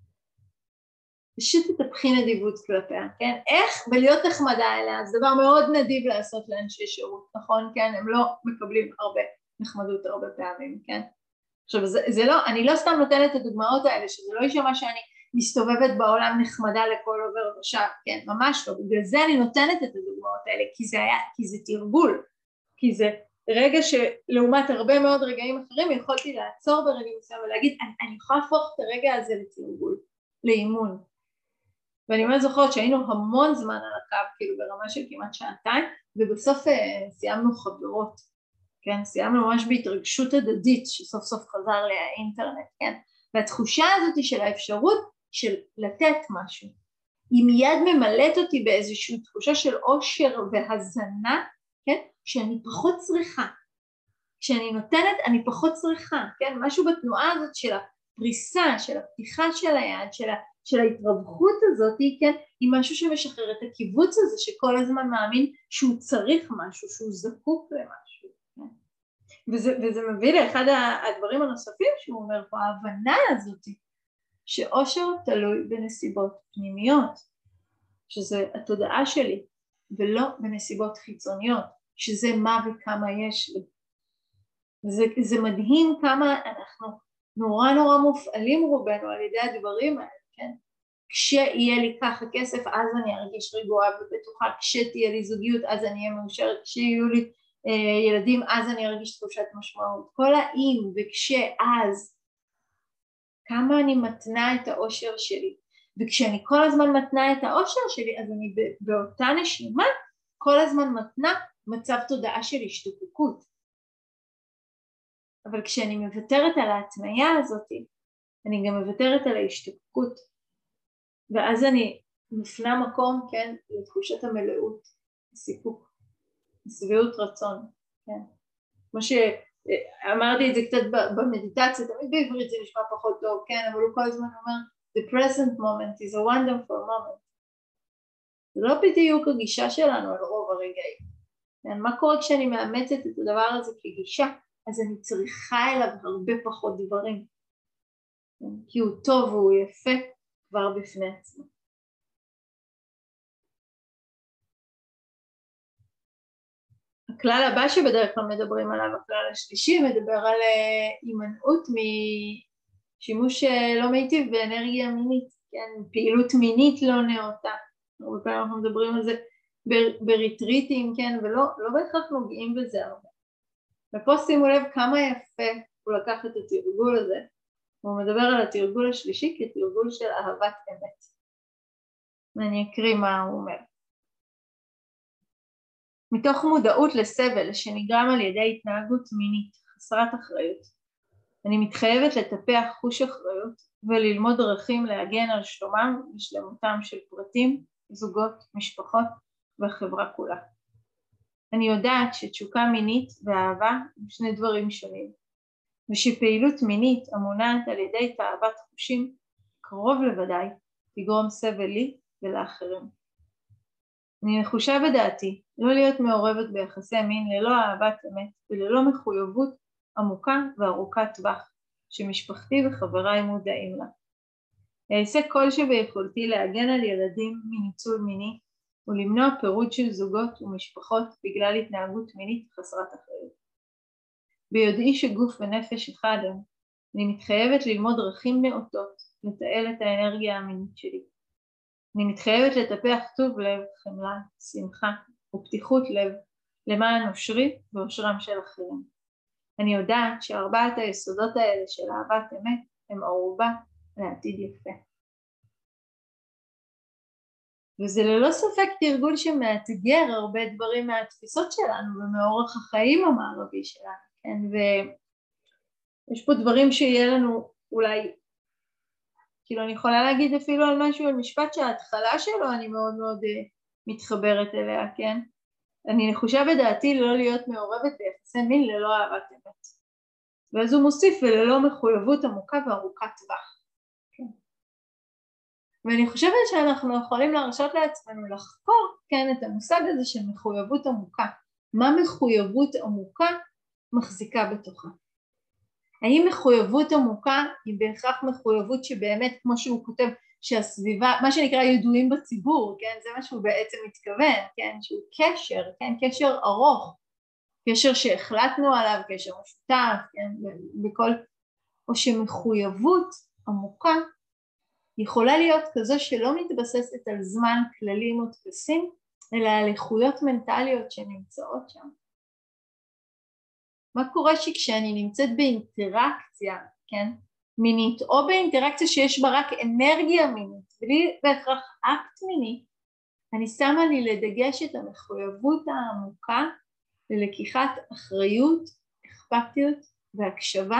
פשוט תתפחי נדיבות כלפיה, כן. איך? בלהיות נחמדה אליה, זה דבר מאוד נדיב לעשות לאנשי שירות, נכון, כן, הם לא מקבלים הרבה נחמדות הרבה פעמים, כן. עכשיו, זה, זה לא, אני לא סתם נותנת את הדוגמאות האלה, שזה לא יישמע שאני מסתובבת בעולם נחמדה לכל עובר ושב, כן, ממש לא, בגלל זה אני נותנת את הדוגמאות האלה, כי זה היה, כי זה תרגול, כי זה רגע שלעומת הרבה מאוד רגעים אחרים, יכולתי לעצור ברגע מסוים ולהגיד, אני, אני יכולה להפוך את הרגע הזה לתרגול, לאימון, ואני מאוד זוכרת שהיינו המון זמן על הקו, כאילו ברמה של כמעט שעתיים, ובסוף סיימנו חברות, כן, סיימנו ממש בהתרגשות הדדית, שסוף סוף חזר לי האינטרנט, כן, והתחושה הזאת של האפשרות, של לתת משהו, היא מיד ממלאת אותי באיזושהי תחושה של עושר והזנה, כן? שאני פחות צריכה, כשאני נותנת אני פחות צריכה, כן? משהו בתנועה הזאת של הפריסה, של הפתיחה של היד, של, ה, של ההתרווחות הזאת, כן? היא משהו שמשחרר את הקיבוץ הזה שכל הזמן מאמין שהוא צריך משהו, שהוא זקוק למשהו, כן? וזה, וזה מביא לאחד הדברים הנוספים שהוא אומר פה, ההבנה הזאת, שאושר תלוי בנסיבות פנימיות, שזה התודעה שלי, ולא בנסיבות חיצוניות, שזה מה וכמה יש לי. זה, זה מדהים כמה אנחנו נורא נורא מופעלים רובנו על ידי הדברים האלה, כן? כשיהיה לי ככה כסף אז אני ארגיש רגועה ובטוחה, כשתהיה לי זוגיות אז אני אהיה מאושרת, כשיהיו לי אה, ילדים אז אני ארגיש תחושת משמעות. כל האם וכשאז, כמה אני מתנה את האושר שלי, וכשאני כל הזמן מתנה את האושר שלי אז אני באותה נשימה כל הזמן מתנה מצב תודעה של השתוקקות. אבל כשאני מוותרת על ההתניה הזאת, אני גם מוותרת על ההשתוקקות, ואז אני מפנה מקום, כן, לתחושת המלאות, הסיפוק, סביעות רצון, כן. כמו שאמרתי את זה קצת במדיטציה, תמיד בעברית זה נשמע פחות טוב, כן, אבל הוא כל הזמן אומר, the present moment is a wonderful moment. זה לא בדיוק הגישה שלנו על רוב הרגעים. כן? מה קורה כשאני מאמצת את הדבר הזה כגישה? אז אני צריכה אליו הרבה פחות דברים. כן? כי הוא טוב והוא יפה כבר בפני עצמו. הכלל הבא שבדרך כלל מדברים עליו, הכלל השלישי, מדבר על הימנעות משימוש לא מיטיב באנרגיה מינית, כן? פעילות מינית לא נאותה. הרבה פעמים אנחנו מדברים על זה בריטריטים, כן? ולא לא בהכרח נוגעים בזה הרבה. ופה שימו לב כמה יפה הוא לקח את התרגול הזה. הוא מדבר על התרגול השלישי כתרגול של אהבת אמת. ואני אקריא מה הוא אומר. מתוך מודעות לסבל שנגרם על ידי התנהגות מינית חסרת אחריות, אני מתחייבת לטפח חוש אחריות וללמוד דרכים להגן על שלומם ושלמותם של פרטים, זוגות, משפחות והחברה כולה. אני יודעת שתשוקה מינית ואהבה הם שני דברים שונים, ושפעילות מינית המונעת על ידי תאוות חושים קרוב לוודאי תגרום סבל לי ולאחרים. אני נחושה בדעתי לא להיות מעורבת ביחסי מין ללא אהבת אמת וללא מחויבות עמוקה וארוכת טווח שמשפחתי וחבריי מודעים לה. אעשה כל שביכולתי להגן על ילדים מניצול מיני ולמנוע פירוד של זוגות ומשפחות בגלל התנהגות מינית חסרת אחריות. ביודעי שגוף ונפש אחד הם, אני מתחייבת ללמוד דרכים נאותות לתעל את האנרגיה המינית שלי. אני מתחייבת לטפח טוב לב, חמלה, שמחה ופתיחות לב למען אושרי ואושרם של אחרים. אני יודעת שארבעת היסודות האלה של אהבת אמת הם ערובה לעתיד יפה. וזה ללא ספק תרגול שמאתגר הרבה דברים מהתפיסות שלנו ומאורח החיים המערבי שלנו, כן? ויש פה דברים שיהיה לנו אולי, כאילו אני יכולה להגיד אפילו על משהו, על משפט שההתחלה שלו אני מאוד מאוד uh, מתחברת אליה, כן? אני נחושה בדעתי לא להיות מעורבת ביחסי מין ללא אהבת אמת. ואז הוא מוסיף וללא מחויבות עמוקה וארוכת טווח. כן. ואני חושבת שאנחנו יכולים להרשות לעצמנו לחקור, כן, את המושג הזה של מחויבות עמוקה. מה מחויבות עמוקה מחזיקה בתוכה? האם מחויבות עמוקה היא בהכרח מחויבות שבאמת, כמו שהוא כותב, שהסביבה, מה שנקרא ידועים בציבור, כן, זה מה שהוא בעצם מתכוון, כן, שהוא קשר, כן, קשר ארוך, קשר שהחלטנו עליו, קשר משותף, כן, בכל, או שמחויבות עמוקה יכולה להיות כזו שלא מתבססת על זמן כללי מודפסים, אלא על איכויות מנטליות שנמצאות שם. מה קורה שכשאני נמצאת באינטראקציה, כן, מינית, או באינטראקציה שיש בה רק אנרגיה מינית, בלי בהכרח אקט מיני, אני שמה לי לדגש את המחויבות העמוקה ללקיחת אחריות, אכפתיות והקשבה,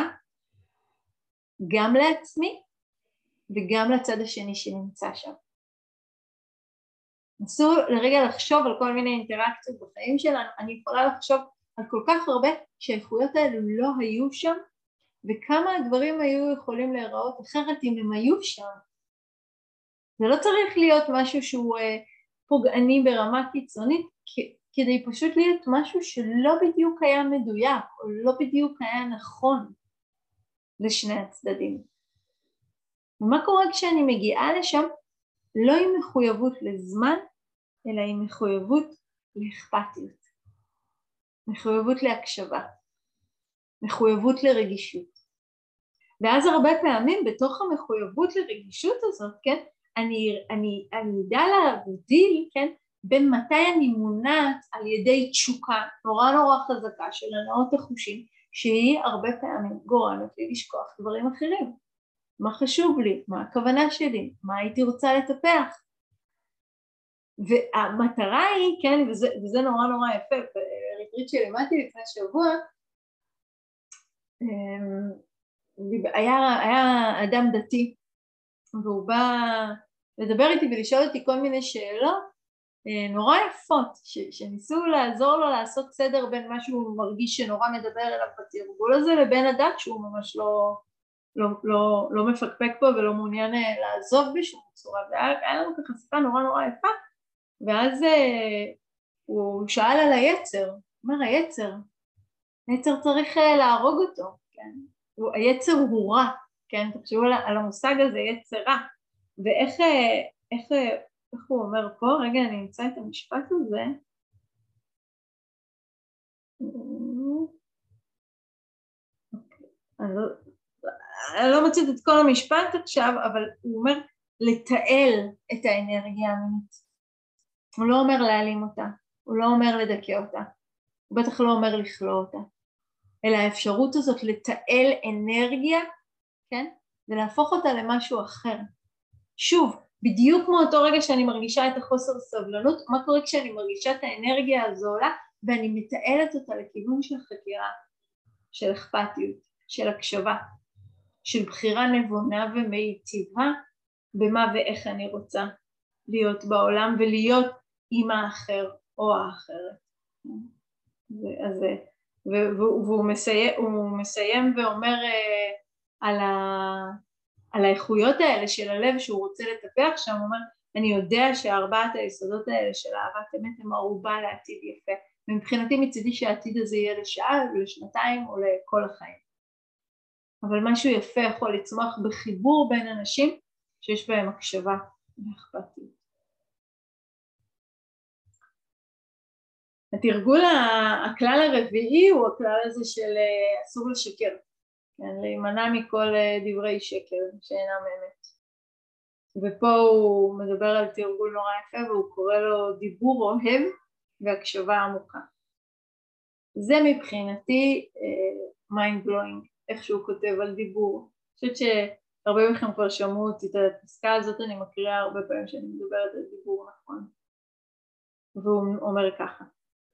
גם לעצמי וגם לצד השני שנמצא שם. נסו לרגע לחשוב על כל מיני אינטראקציות בחיים שלנו, אני יכולה לחשוב על כל כך הרבה שהאיכויות האלו לא היו שם, וכמה הדברים היו יכולים להיראות אחרת אם הם היו שם. זה לא צריך להיות משהו שהוא אה, פוגעני ברמה קיצונית, כ- כדי פשוט להיות משהו שלא בדיוק היה מדויק, או לא בדיוק היה נכון לשני הצדדים. ומה קורה כשאני מגיעה לשם? לא עם מחויבות לזמן, אלא עם מחויבות לאכפתיות, מחויבות להקשבה, מחויבות לרגישות. ואז הרבה פעמים בתוך המחויבות לרגישות הזאת, כן, אני, אני, אני אדע להבדיל, כן, בין מתי אני מונעת על ידי תשוקה נורא נורא חזקה של הנאות החושים, שהיא הרבה פעמים גורמת לי לשכוח דברים אחרים. מה חשוב לי? מה הכוונה שלי? מה הייתי רוצה לטפח? והמטרה היא, כן, וזה, וזה נורא נורא יפה, בריטריט שלימדתי לפני שבוע, היה, היה אדם דתי, והוא בא לדבר איתי ולשאול אותי כל מיני שאלות נורא יפות, ש, שניסו לעזור לו לעשות סדר בין מה שהוא מרגיש שנורא מדבר אליו בתרגול הזה, לבין הדת שהוא ממש לא, לא, לא, לא מפקפק פה ולא מעוניין לעזוב בשום צורה, והיה לנו ככה שיחה נורא נורא יפה, ואז הוא שאל על היצר, הוא אומר היצר, היצר צריך להרוג אותו, כן? היצר הוא רע, כן? תחשבו על המושג הזה, יצר רע, ואיך איך, איך הוא אומר פה, רגע אני אמצא את המשפט הזה, אני לא, אני לא מוצאת את כל המשפט עכשיו, אבל הוא אומר לתעל את האנרגיה המינית, הוא לא אומר להעלים אותה, הוא לא אומר לדכא אותה, הוא בטח לא אומר לכלוא אותה, אלא האפשרות הזאת לתעל אנרגיה, כן? ולהפוך אותה למשהו אחר. שוב, בדיוק כמו אותו רגע שאני מרגישה את החוסר סבלנות, מה קורה כשאני מרגישה את האנרגיה הזו עולה, ואני מתעלת אותה לכיוון של חקירה, של אכפתיות, של הקשבה, של בחירה נבונה ומיטיבה, במה ואיך אני רוצה להיות בעולם, ולהיות עם האחר או האחרת. אז והוא מסיים, הוא מסיים ואומר על, ה, על האיכויות האלה של הלב שהוא רוצה לטפח שם, הוא אומר, אני יודע שהארבעת היסודות האלה של אהבת אמת הם ערובה לעתיד יפה, ומבחינתי מצידי שהעתיד הזה יהיה לשעה ולשנתיים או לכל החיים. אבל משהו יפה יכול לצמוח בחיבור בין אנשים שיש בהם הקשבה ואכפתיות. התרגול, הכלל הרביעי הוא הכלל הזה של אסור לשקר, כן, להימנע מכל דברי שקר שאינם אמת. ופה הוא מדבר על תרגול נורא יפה והוא קורא לו דיבור אוהב והקשבה עמוקה. זה מבחינתי uh, mind blowing, איך שהוא כותב על דיבור. אני חושבת שהרבה מכם כבר שמעו אותי את הפסקה הזאת, אני מקריאה הרבה פעמים שאני מדברת על דיבור נכון. והוא אומר ככה,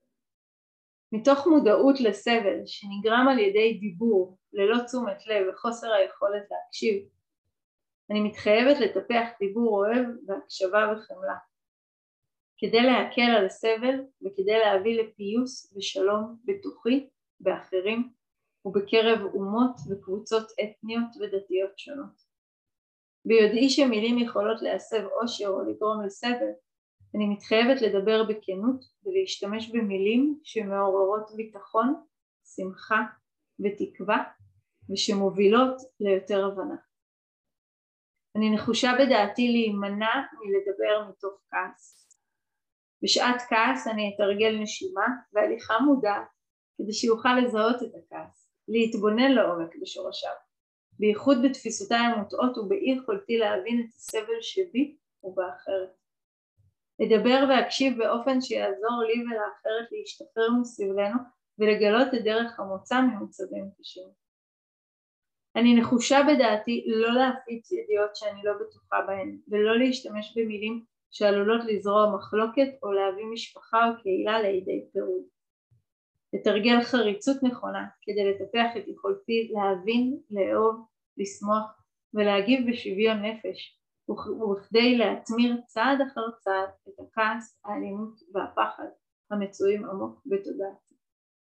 מתוך מודעות לסבל שנגרם על ידי דיבור ללא תשומת לב וחוסר היכולת להקשיב, אני מתחייבת לטפח דיבור אוהב והקשבה וחמלה, כדי להקל על הסבל וכדי להביא לפיוס ושלום בתוכי, באחרים ובקרב אומות וקבוצות אתניות ודתיות שונות. ביודעי שמילים יכולות להסב אושר או לגרום לסבל, אני מתחייבת לדבר בכנות ולהשתמש במילים שמעוררות ביטחון, שמחה ותקווה ושמובילות ליותר הבנה. אני נחושה בדעתי להימנע מלדבר מתוך כעס. בשעת כעס אני אתרגל נשימה והליכה מודעת כדי שיוכל לזהות את הכעס, להתבונן לעומק בשורשיו, בייחוד בתפיסותיי המוטעות ובאי יכולתי להבין את הסבל שבי ובאחרת. לדבר והקשיב באופן שיעזור לי ולאחרת להשתחרר מסבלנו ולגלות את דרך המוצא ממצבים קשים. אני נחושה בדעתי לא להפיץ ידיעות שאני לא בטוחה בהן ולא להשתמש במילים שעלולות לזרוע מחלוקת או להביא משפחה או קהילה לידי פירוד. לתרגל חריצות נכונה כדי לטפח את יכולתי להבין, לאהוב, לשמוח ולהגיב בשוויון נפש, וכדי להתמיר צעד אחר צעד את הכעס, האלימות והפחד המצויים עמוק בתודעתי.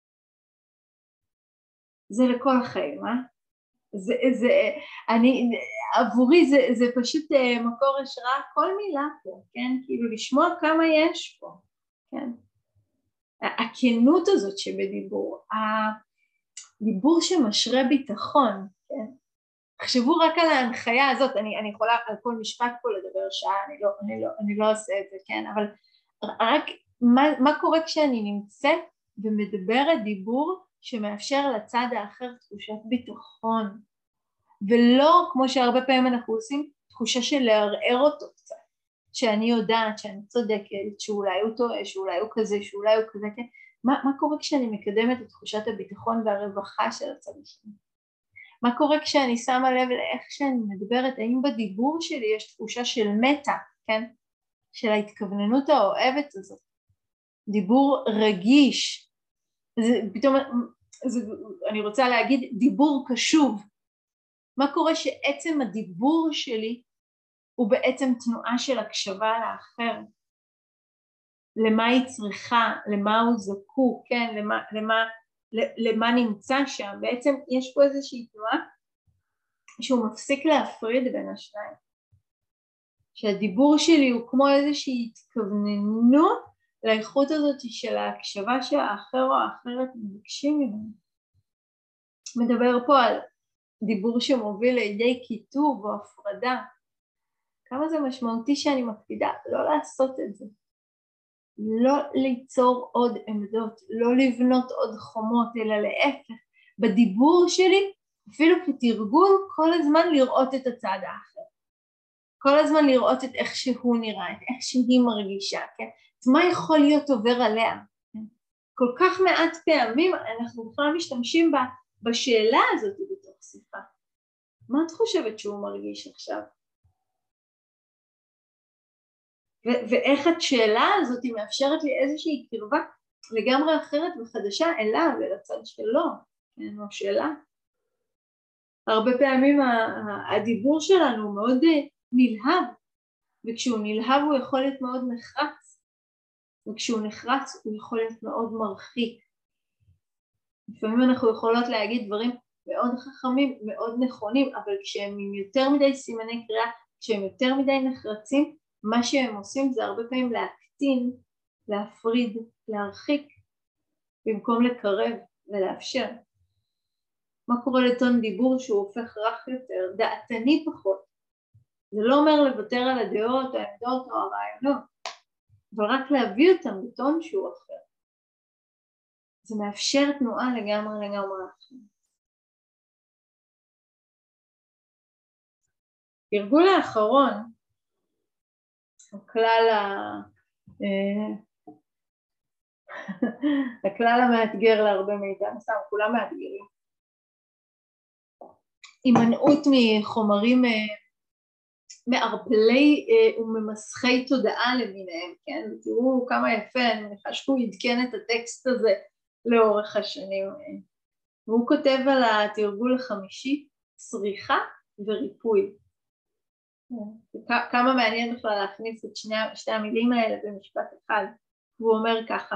זה לכל החיים, אה? זה, זה, אני, עבורי זה, זה פשוט מקור השראה, כל מילה פה, כן? כאילו לשמוע כמה יש פה, כן? הכנות הזאת שבדיבור, הדיבור שמשרה ביטחון, כן? תחשבו רק על ההנחיה הזאת, אני, אני יכולה על כל משפט פה לדבר שעה, אני לא, אני לא, אני לא עושה את זה, כן, אבל רק מה, מה קורה כשאני נמצאת ומדברת דיבור שמאפשר לצד האחר תחושת ביטחון, ולא כמו שהרבה פעמים אנחנו עושים, תחושה של לערער אותו קצת, שאני יודעת שאני צודקת, שאולי הוא טועה, שאולי הוא כזה, שאולי הוא כזה, כן, מה, מה קורה כשאני מקדמת את תחושת הביטחון והרווחה של הצד השני? מה קורה כשאני שמה לב לאיך שאני מדברת, האם בדיבור שלי יש תחושה של מטה, כן? של ההתכווננות האוהבת הזאת, דיבור רגיש, זה, פתאום זה, אני רוצה להגיד דיבור קשוב, מה קורה שעצם הדיבור שלי הוא בעצם תנועה של הקשבה לאחר, למה היא צריכה, למה הוא זקוק, כן? למה, למה, למה נמצא שם, בעצם יש פה איזושהי תנועה שהוא מפסיק להפריד בין השניים, שהדיבור שלי הוא כמו איזושהי התכווננות לאיכות הזאת של ההקשבה שהאחר או האחרת מבקשים ממנו. מדבר פה על דיבור שמוביל לידי כיתוב או הפרדה, כמה זה משמעותי שאני מקפידה לא לעשות את זה, לא ליצור עוד עמדות, לא לבנות עוד חומות, אלא להפך, בדיבור שלי אפילו כתרגול כל הזמן לראות את הצד האחר, כל הזמן לראות את איך שהוא נראה, את איך שהיא מרגישה, כן? את מה יכול להיות עובר עליה. כן? כל כך מעט פעמים אנחנו בכלל משתמשים בה, בשאלה הזאת בתוך שיחה. מה את חושבת שהוא מרגיש עכשיו? ו- ואיך השאלה הזאת היא מאפשרת לי איזושהי קרבה לגמרי אחרת וחדשה אליו ולצד שלו, כן? או שאלה. הרבה פעמים הדיבור שלנו הוא מאוד נלהב, וכשהוא נלהב הוא יכול להיות מאוד נחרץ, וכשהוא נחרץ הוא יכול להיות מאוד מרחיק. לפעמים אנחנו יכולות להגיד דברים מאוד חכמים, מאוד נכונים, אבל כשהם עם יותר מדי סימני קריאה, כשהם יותר מדי נחרצים, מה שהם עושים זה הרבה פעמים להקטין, להפריד, להרחיק, במקום לקרב ולאפשר. מה קורה לטון דיבור שהוא הופך רך יותר, דעתני פחות? זה לא אומר לוותר על הדעות, העמדות או הרעיונות, אבל רק להביא אותם לטון שהוא אחר. זה מאפשר תנועה לגמרי לגמרי אחר. תרגול האחרון, הכלל, ה... הכלל המאתגר להרבה מאיתנו, סתם, כולם מאתגרים. הימנעות מחומרים מערפלי וממסכי תודעה למיניהם, כן? תראו כמה יפה, אני מניחה שהוא עדכן את הטקסט הזה לאורך השנים. והוא כותב על התרגול החמישי, צריכה וריפוי. כמה מעניין בכלל להכניס את שני, שתי המילים האלה במשפט אחד. הוא אומר ככה,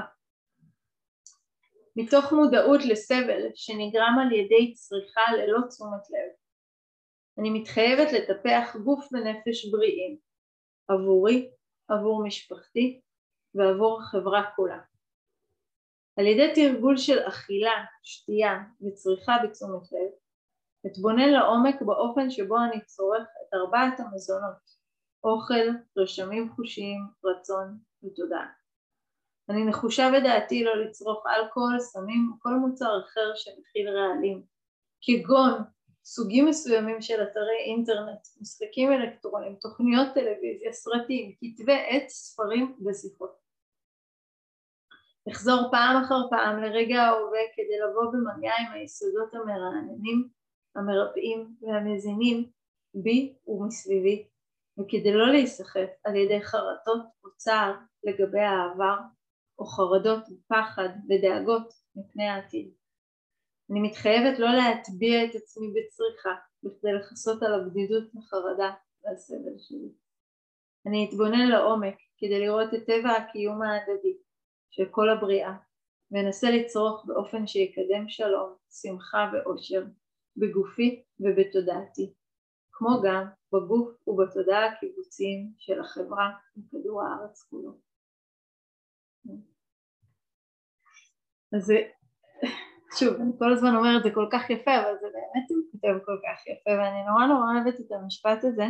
מתוך מודעות לסבל שנגרם על ידי צריכה ללא תשומת לב, אני מתחייבת לטפח גוף ונפש בריאים, עבורי, עבור משפחתי ועבור החברה כולה. על ידי תרגול של אכילה, שתייה וצריכה בתשומת לב, אתבונן לעומק באופן שבו אני צורך את ארבעת המזונות, אוכל, רשמים חושיים, רצון ותודעה. אני נחושה בדעתי לא לצרוך אלכוהול, סמים או כל מוצר אחר שמכיל רעלים, כגון סוגים מסוימים של אתרי אינטרנט, משחקים אלקטרונים, תוכניות טלוויזיה, סרטים, כתבי עת, ספרים ושיחות. אחזור פעם אחר פעם לרגע ההווה כדי לבוא במגע עם היסודות המרעננים, המרפאים והמזינים בי ומסביבי, וכדי לא להיסחף על ידי חרטות או צער לגבי העבר, או חרדות ופחד ודאגות מפני העתיד. אני מתחייבת לא להטביע את עצמי בצריכה, בכדי לחסות על הבדידות וחרדה והסבל שלי. אני אתבונן לעומק כדי לראות את טבע הקיום ההדדי של כל הבריאה, ואנסה לצרוך באופן שיקדם שלום, שמחה ואושר, בגופי ובתודעתי, כמו גם בגוף ובתודעה הקיבוציים של החברה וכדור הארץ כולו. אז שוב, אני כל הזמן אומרת, זה כל כך יפה, אבל זה באמת הוא כותב כל כך יפה, ואני נורא נורא אוהבת את המשפט הזה,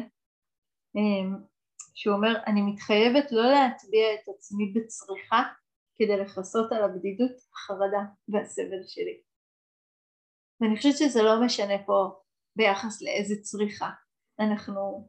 שהוא אומר, אני מתחייבת לא להטביע את עצמי בצריכה, כדי לכסות על הבדידות, החרדה והסבל שלי. ואני חושבת שזה לא משנה פה ביחס לאיזה צריכה אנחנו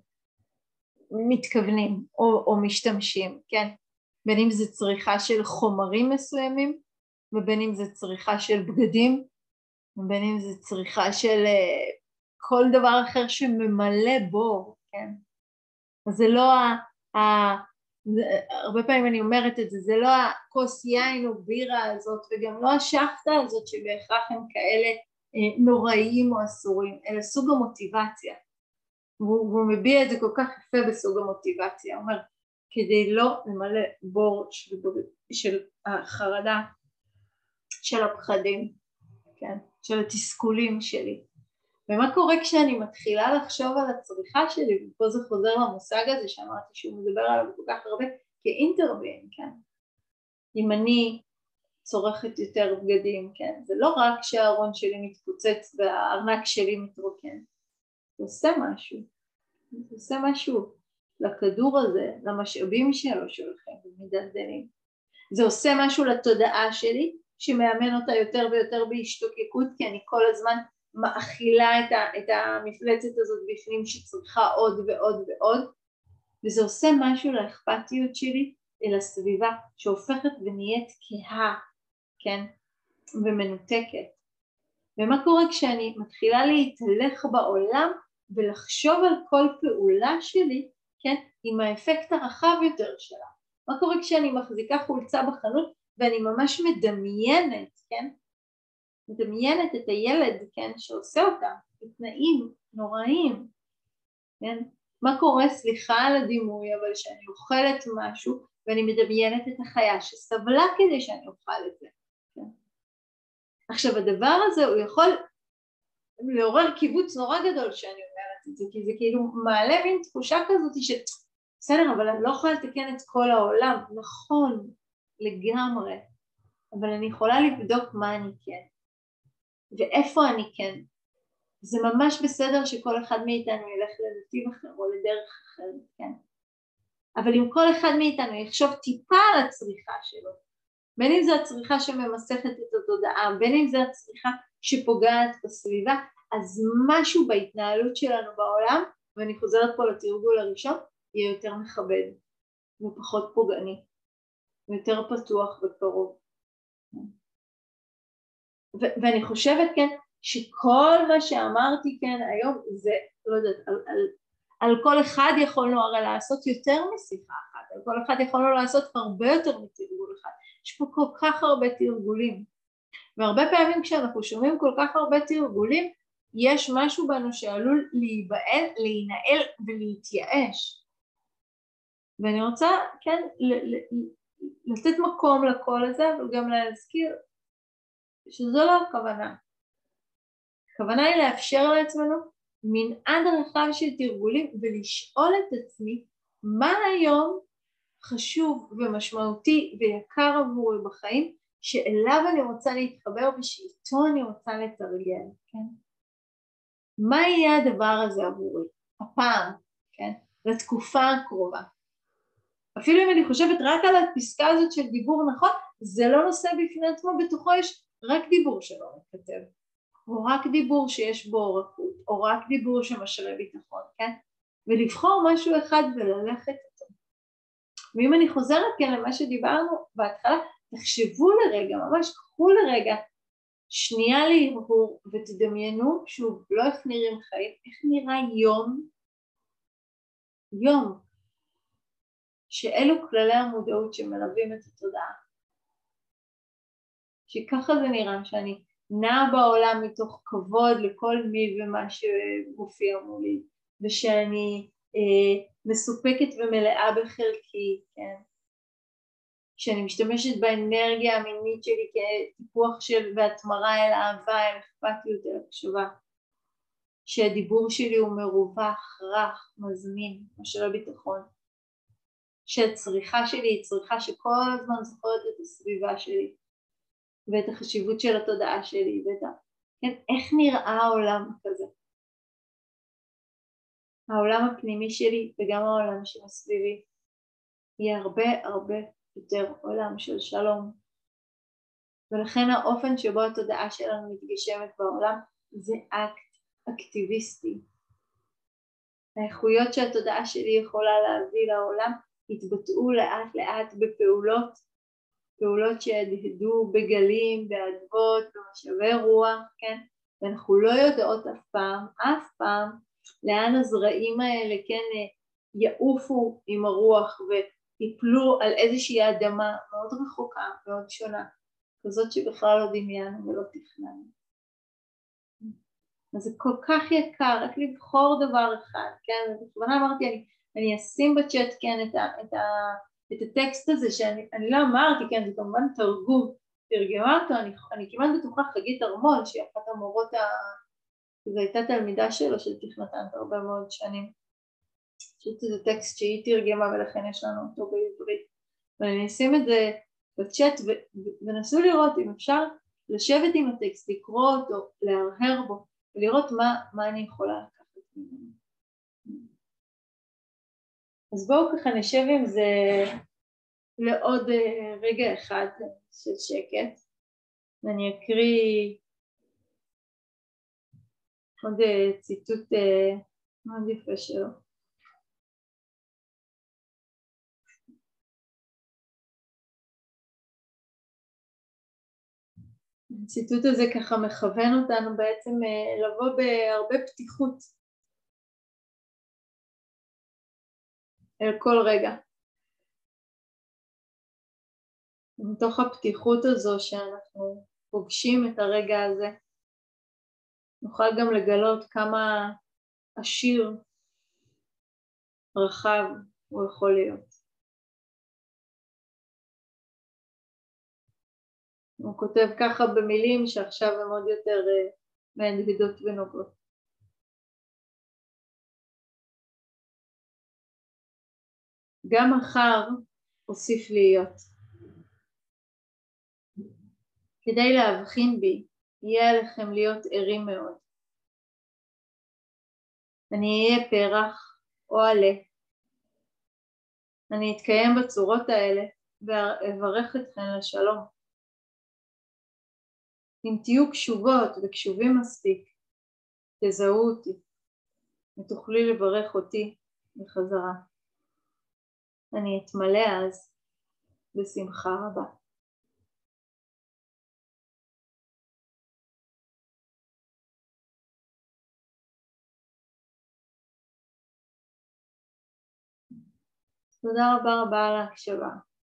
מתכוונים או, או משתמשים, כן? בין אם זה צריכה של חומרים מסוימים, ובין אם זה צריכה של בגדים, ובין אם זה צריכה של uh, כל דבר אחר שממלא בור, כן? אז זה לא ה... ה זה, הרבה פעמים אני אומרת את זה, זה לא הכוס יין או בירה הזאת, וגם לא השחטה הזאת שבהכרח הם כאלה אה, נוראיים או אסורים, אלא סוג המוטיבציה. והוא, והוא מביע את זה כל כך יפה בסוג המוטיבציה, הוא אומר, כדי לא למלא בור של, של החרדה, של הפחדים, כן? של התסכולים שלי. ומה קורה כשאני מתחילה לחשוב על הצריכה שלי, ופה זה חוזר למושג הזה שאמרתי שהוא מדבר עליו כל כך הרבה, כאינטרבין, כן? אם אני צורכת יותר בגדים, כן? זה לא רק שהארון שלי מתפוצץ והארנק שלי מתרוקן, זה עושה משהו, זה עושה משהו לכדור הזה, למשאבים שלו שהולכים ומדלדלים, זה עושה משהו לתודעה שלי, שמאמן אותה יותר ויותר בהשתוקקות, כי אני כל הזמן מאכילה את, ה, את המפלצת הזאת בפנים שצריכה עוד ועוד ועוד, וזה עושה משהו לאכפתיות שלי אל הסביבה שהופכת ונהיית כהה, כן, ומנותקת. ומה קורה כשאני מתחילה להתהלך בעולם ולחשוב על כל פעולה שלי, כן, עם האפקט הרחב יותר שלה. מה קורה כשאני מחזיקה חולצה בחנות ואני ממש מדמיינת, כן, מדמיינת את הילד, כן, שעושה אותה, בתנאים נוראים, כן? מה קורה, סליחה על הדימוי, אבל שאני אוכלת משהו, ואני מדמיינת את החיה שסבלה כדי שאני אוכל את זה, כן? עכשיו, הדבר הזה הוא יכול לעורר קיבוץ נורא גדול שאני אומרת את זה, כי זה כאילו מעלה מין תחושה כזאת של, בסדר, אבל אני לא יכולה לתקן את כל העולם, נכון, לגמרי, אבל אני יכולה לבדוק מה אני כן. ואיפה אני כן. זה ממש בסדר שכל אחד מאיתנו ילך לנתיב אחר או לדרך אחרת, כן? אבל אם כל אחד מאיתנו יחשוב טיפה על הצריכה שלו, בין אם זה הצריכה שממסכת את התודעה, בין אם זה הצריכה שפוגעת בסביבה, אז משהו בהתנהלות שלנו בעולם, ואני חוזרת פה לתרגול הראשון, יהיה יותר מכבד ופחות פוגעני, ויותר פתוח וקרוב. ו- ואני חושבת, כן, שכל מה שאמרתי, כן, היום זה, לא יודעת, על, על, על כל אחד יכולנו הרי לעשות יותר משיחה אחת, על כל אחד יכולנו לעשות הרבה יותר מתרגול אחד. יש פה כל כך הרבה תרגולים, והרבה פעמים כשאנחנו שומעים כל כך הרבה תרגולים, יש משהו בנו שעלול להיבעל, להינעל ולהתייאש. ואני רוצה, כן, ל- ל- לתת מקום לקול הזה, אבל גם להזכיר שזו לא הכוונה. הכוונה היא לאפשר לעצמנו מנעד רחב של תרגולים ולשאול את עצמי מה היום חשוב ומשמעותי ויקר עבורי בחיים שאליו אני רוצה להתחבר ושאיתו אני רוצה לתרגל, כן? מה יהיה הדבר הזה עבורי? הפעם, כן? לתקופה הקרובה. אפילו אם אני חושבת רק על הפסקה הזאת של דיבור נכון, זה לא נושא בפני עצמו, בתוכו יש רק דיבור שלא מתכתב. או רק דיבור שיש בו אורכות, או רק דיבור שמשרה ביטחון, כן? ולבחור משהו אחד וללכת אותו. ואם אני חוזרת כן למה שדיברנו בהתחלה, תחשבו לרגע, ממש קחו לרגע, שנייה להרהור ותדמיינו, שוב, לא איך נראים חיים, איך נראה יום, יום, שאלו כללי המודעות שמלווים את התודעה. שככה זה נראה, שאני נעה בעולם מתוך כבוד לכל מי ומה שמופיע מולי, ושאני אה, מסופקת ומלאה בחלקי, כן? שאני משתמשת באנרגיה המינית שלי כטיפוח של והתמרה אל אהבה, אל אכפתיות, אל הקשבה. שהדיבור שלי הוא מרווח, רך, מזמין, משרה ביטחון. שהצריכה שלי היא צריכה שכל הזמן זוכרת את הסביבה שלי. ואת החשיבות של התודעה שלי, ואת ה... כן, איך נראה העולם כזה. העולם הפנימי שלי וגם העולם שמסביבי יהיה הרבה הרבה יותר עולם של שלום. ולכן האופן שבו התודעה שלנו מתגשמת בעולם זה אקט אקטיביסטי. האיכויות שהתודעה שלי יכולה להביא לעולם התבטאו לאט לאט בפעולות, פעולות שהדהדו בגלים, באדוות, במשאבי רוח, כן? ואנחנו לא יודעות אף פעם, אף פעם, לאן הזרעים האלה, כן, יעופו עם הרוח ויפלו על איזושהי אדמה מאוד רחוקה, מאוד שונה, כזאת שבכלל לא דמיינו ולא תכננו. אז זה כל כך יקר, רק לבחור דבר אחד, כן? ובכוונה אמרתי, אני, אני אשים בצ'אט, כן, את, ה, את, ה, את הטקסט הזה, שאני אני לא אמרתי, כן, זה כמובן תרגום, תרגמה אותו, אני, אני כמעט בטוחה חגית ארמון, שהיא אחת המורות, ה... זו הייתה תלמידה שלו של תכנתן הרבה מאוד שנים. פשוט זה טקסט שהיא תרגמה ולכן יש לנו אותו בעברית. ואני אשים את זה בצ'אט ונסו לראות אם אפשר לשבת עם הטקסט, לקרוא אותו, להרהר בו, ולראות מה, מה אני יכולה לקחת ממנו. אז בואו ככה נשב עם זה לעוד רגע אחד של שקט, ואני אקריא עוד ציטוט מאוד יפה שלו. הציטוט הזה ככה מכוון אותנו בעצם לבוא בהרבה פתיחות אל כל רגע. מתוך הפתיחות הזו שאנחנו פוגשים את הרגע הזה, נוכל גם לגלות כמה עשיר, רחב הוא יכול להיות. הוא כותב ככה במילים שעכשיו הן עוד יותר מהדהדות ונוגעות. גם מחר אוסיף להיות. כדי להבחין בי, יהיה עליכם להיות ערים מאוד. אני אהיה פרח או עלה. אני אתקיים בצורות האלה ואברך אתכם לשלום. אם תהיו קשובות וקשובים מספיק, תזהו אותי ותוכלי לברך אותי בחזרה. אני אתמלא אז בשמחה רבה. תודה רבה רבה על ההקשבה.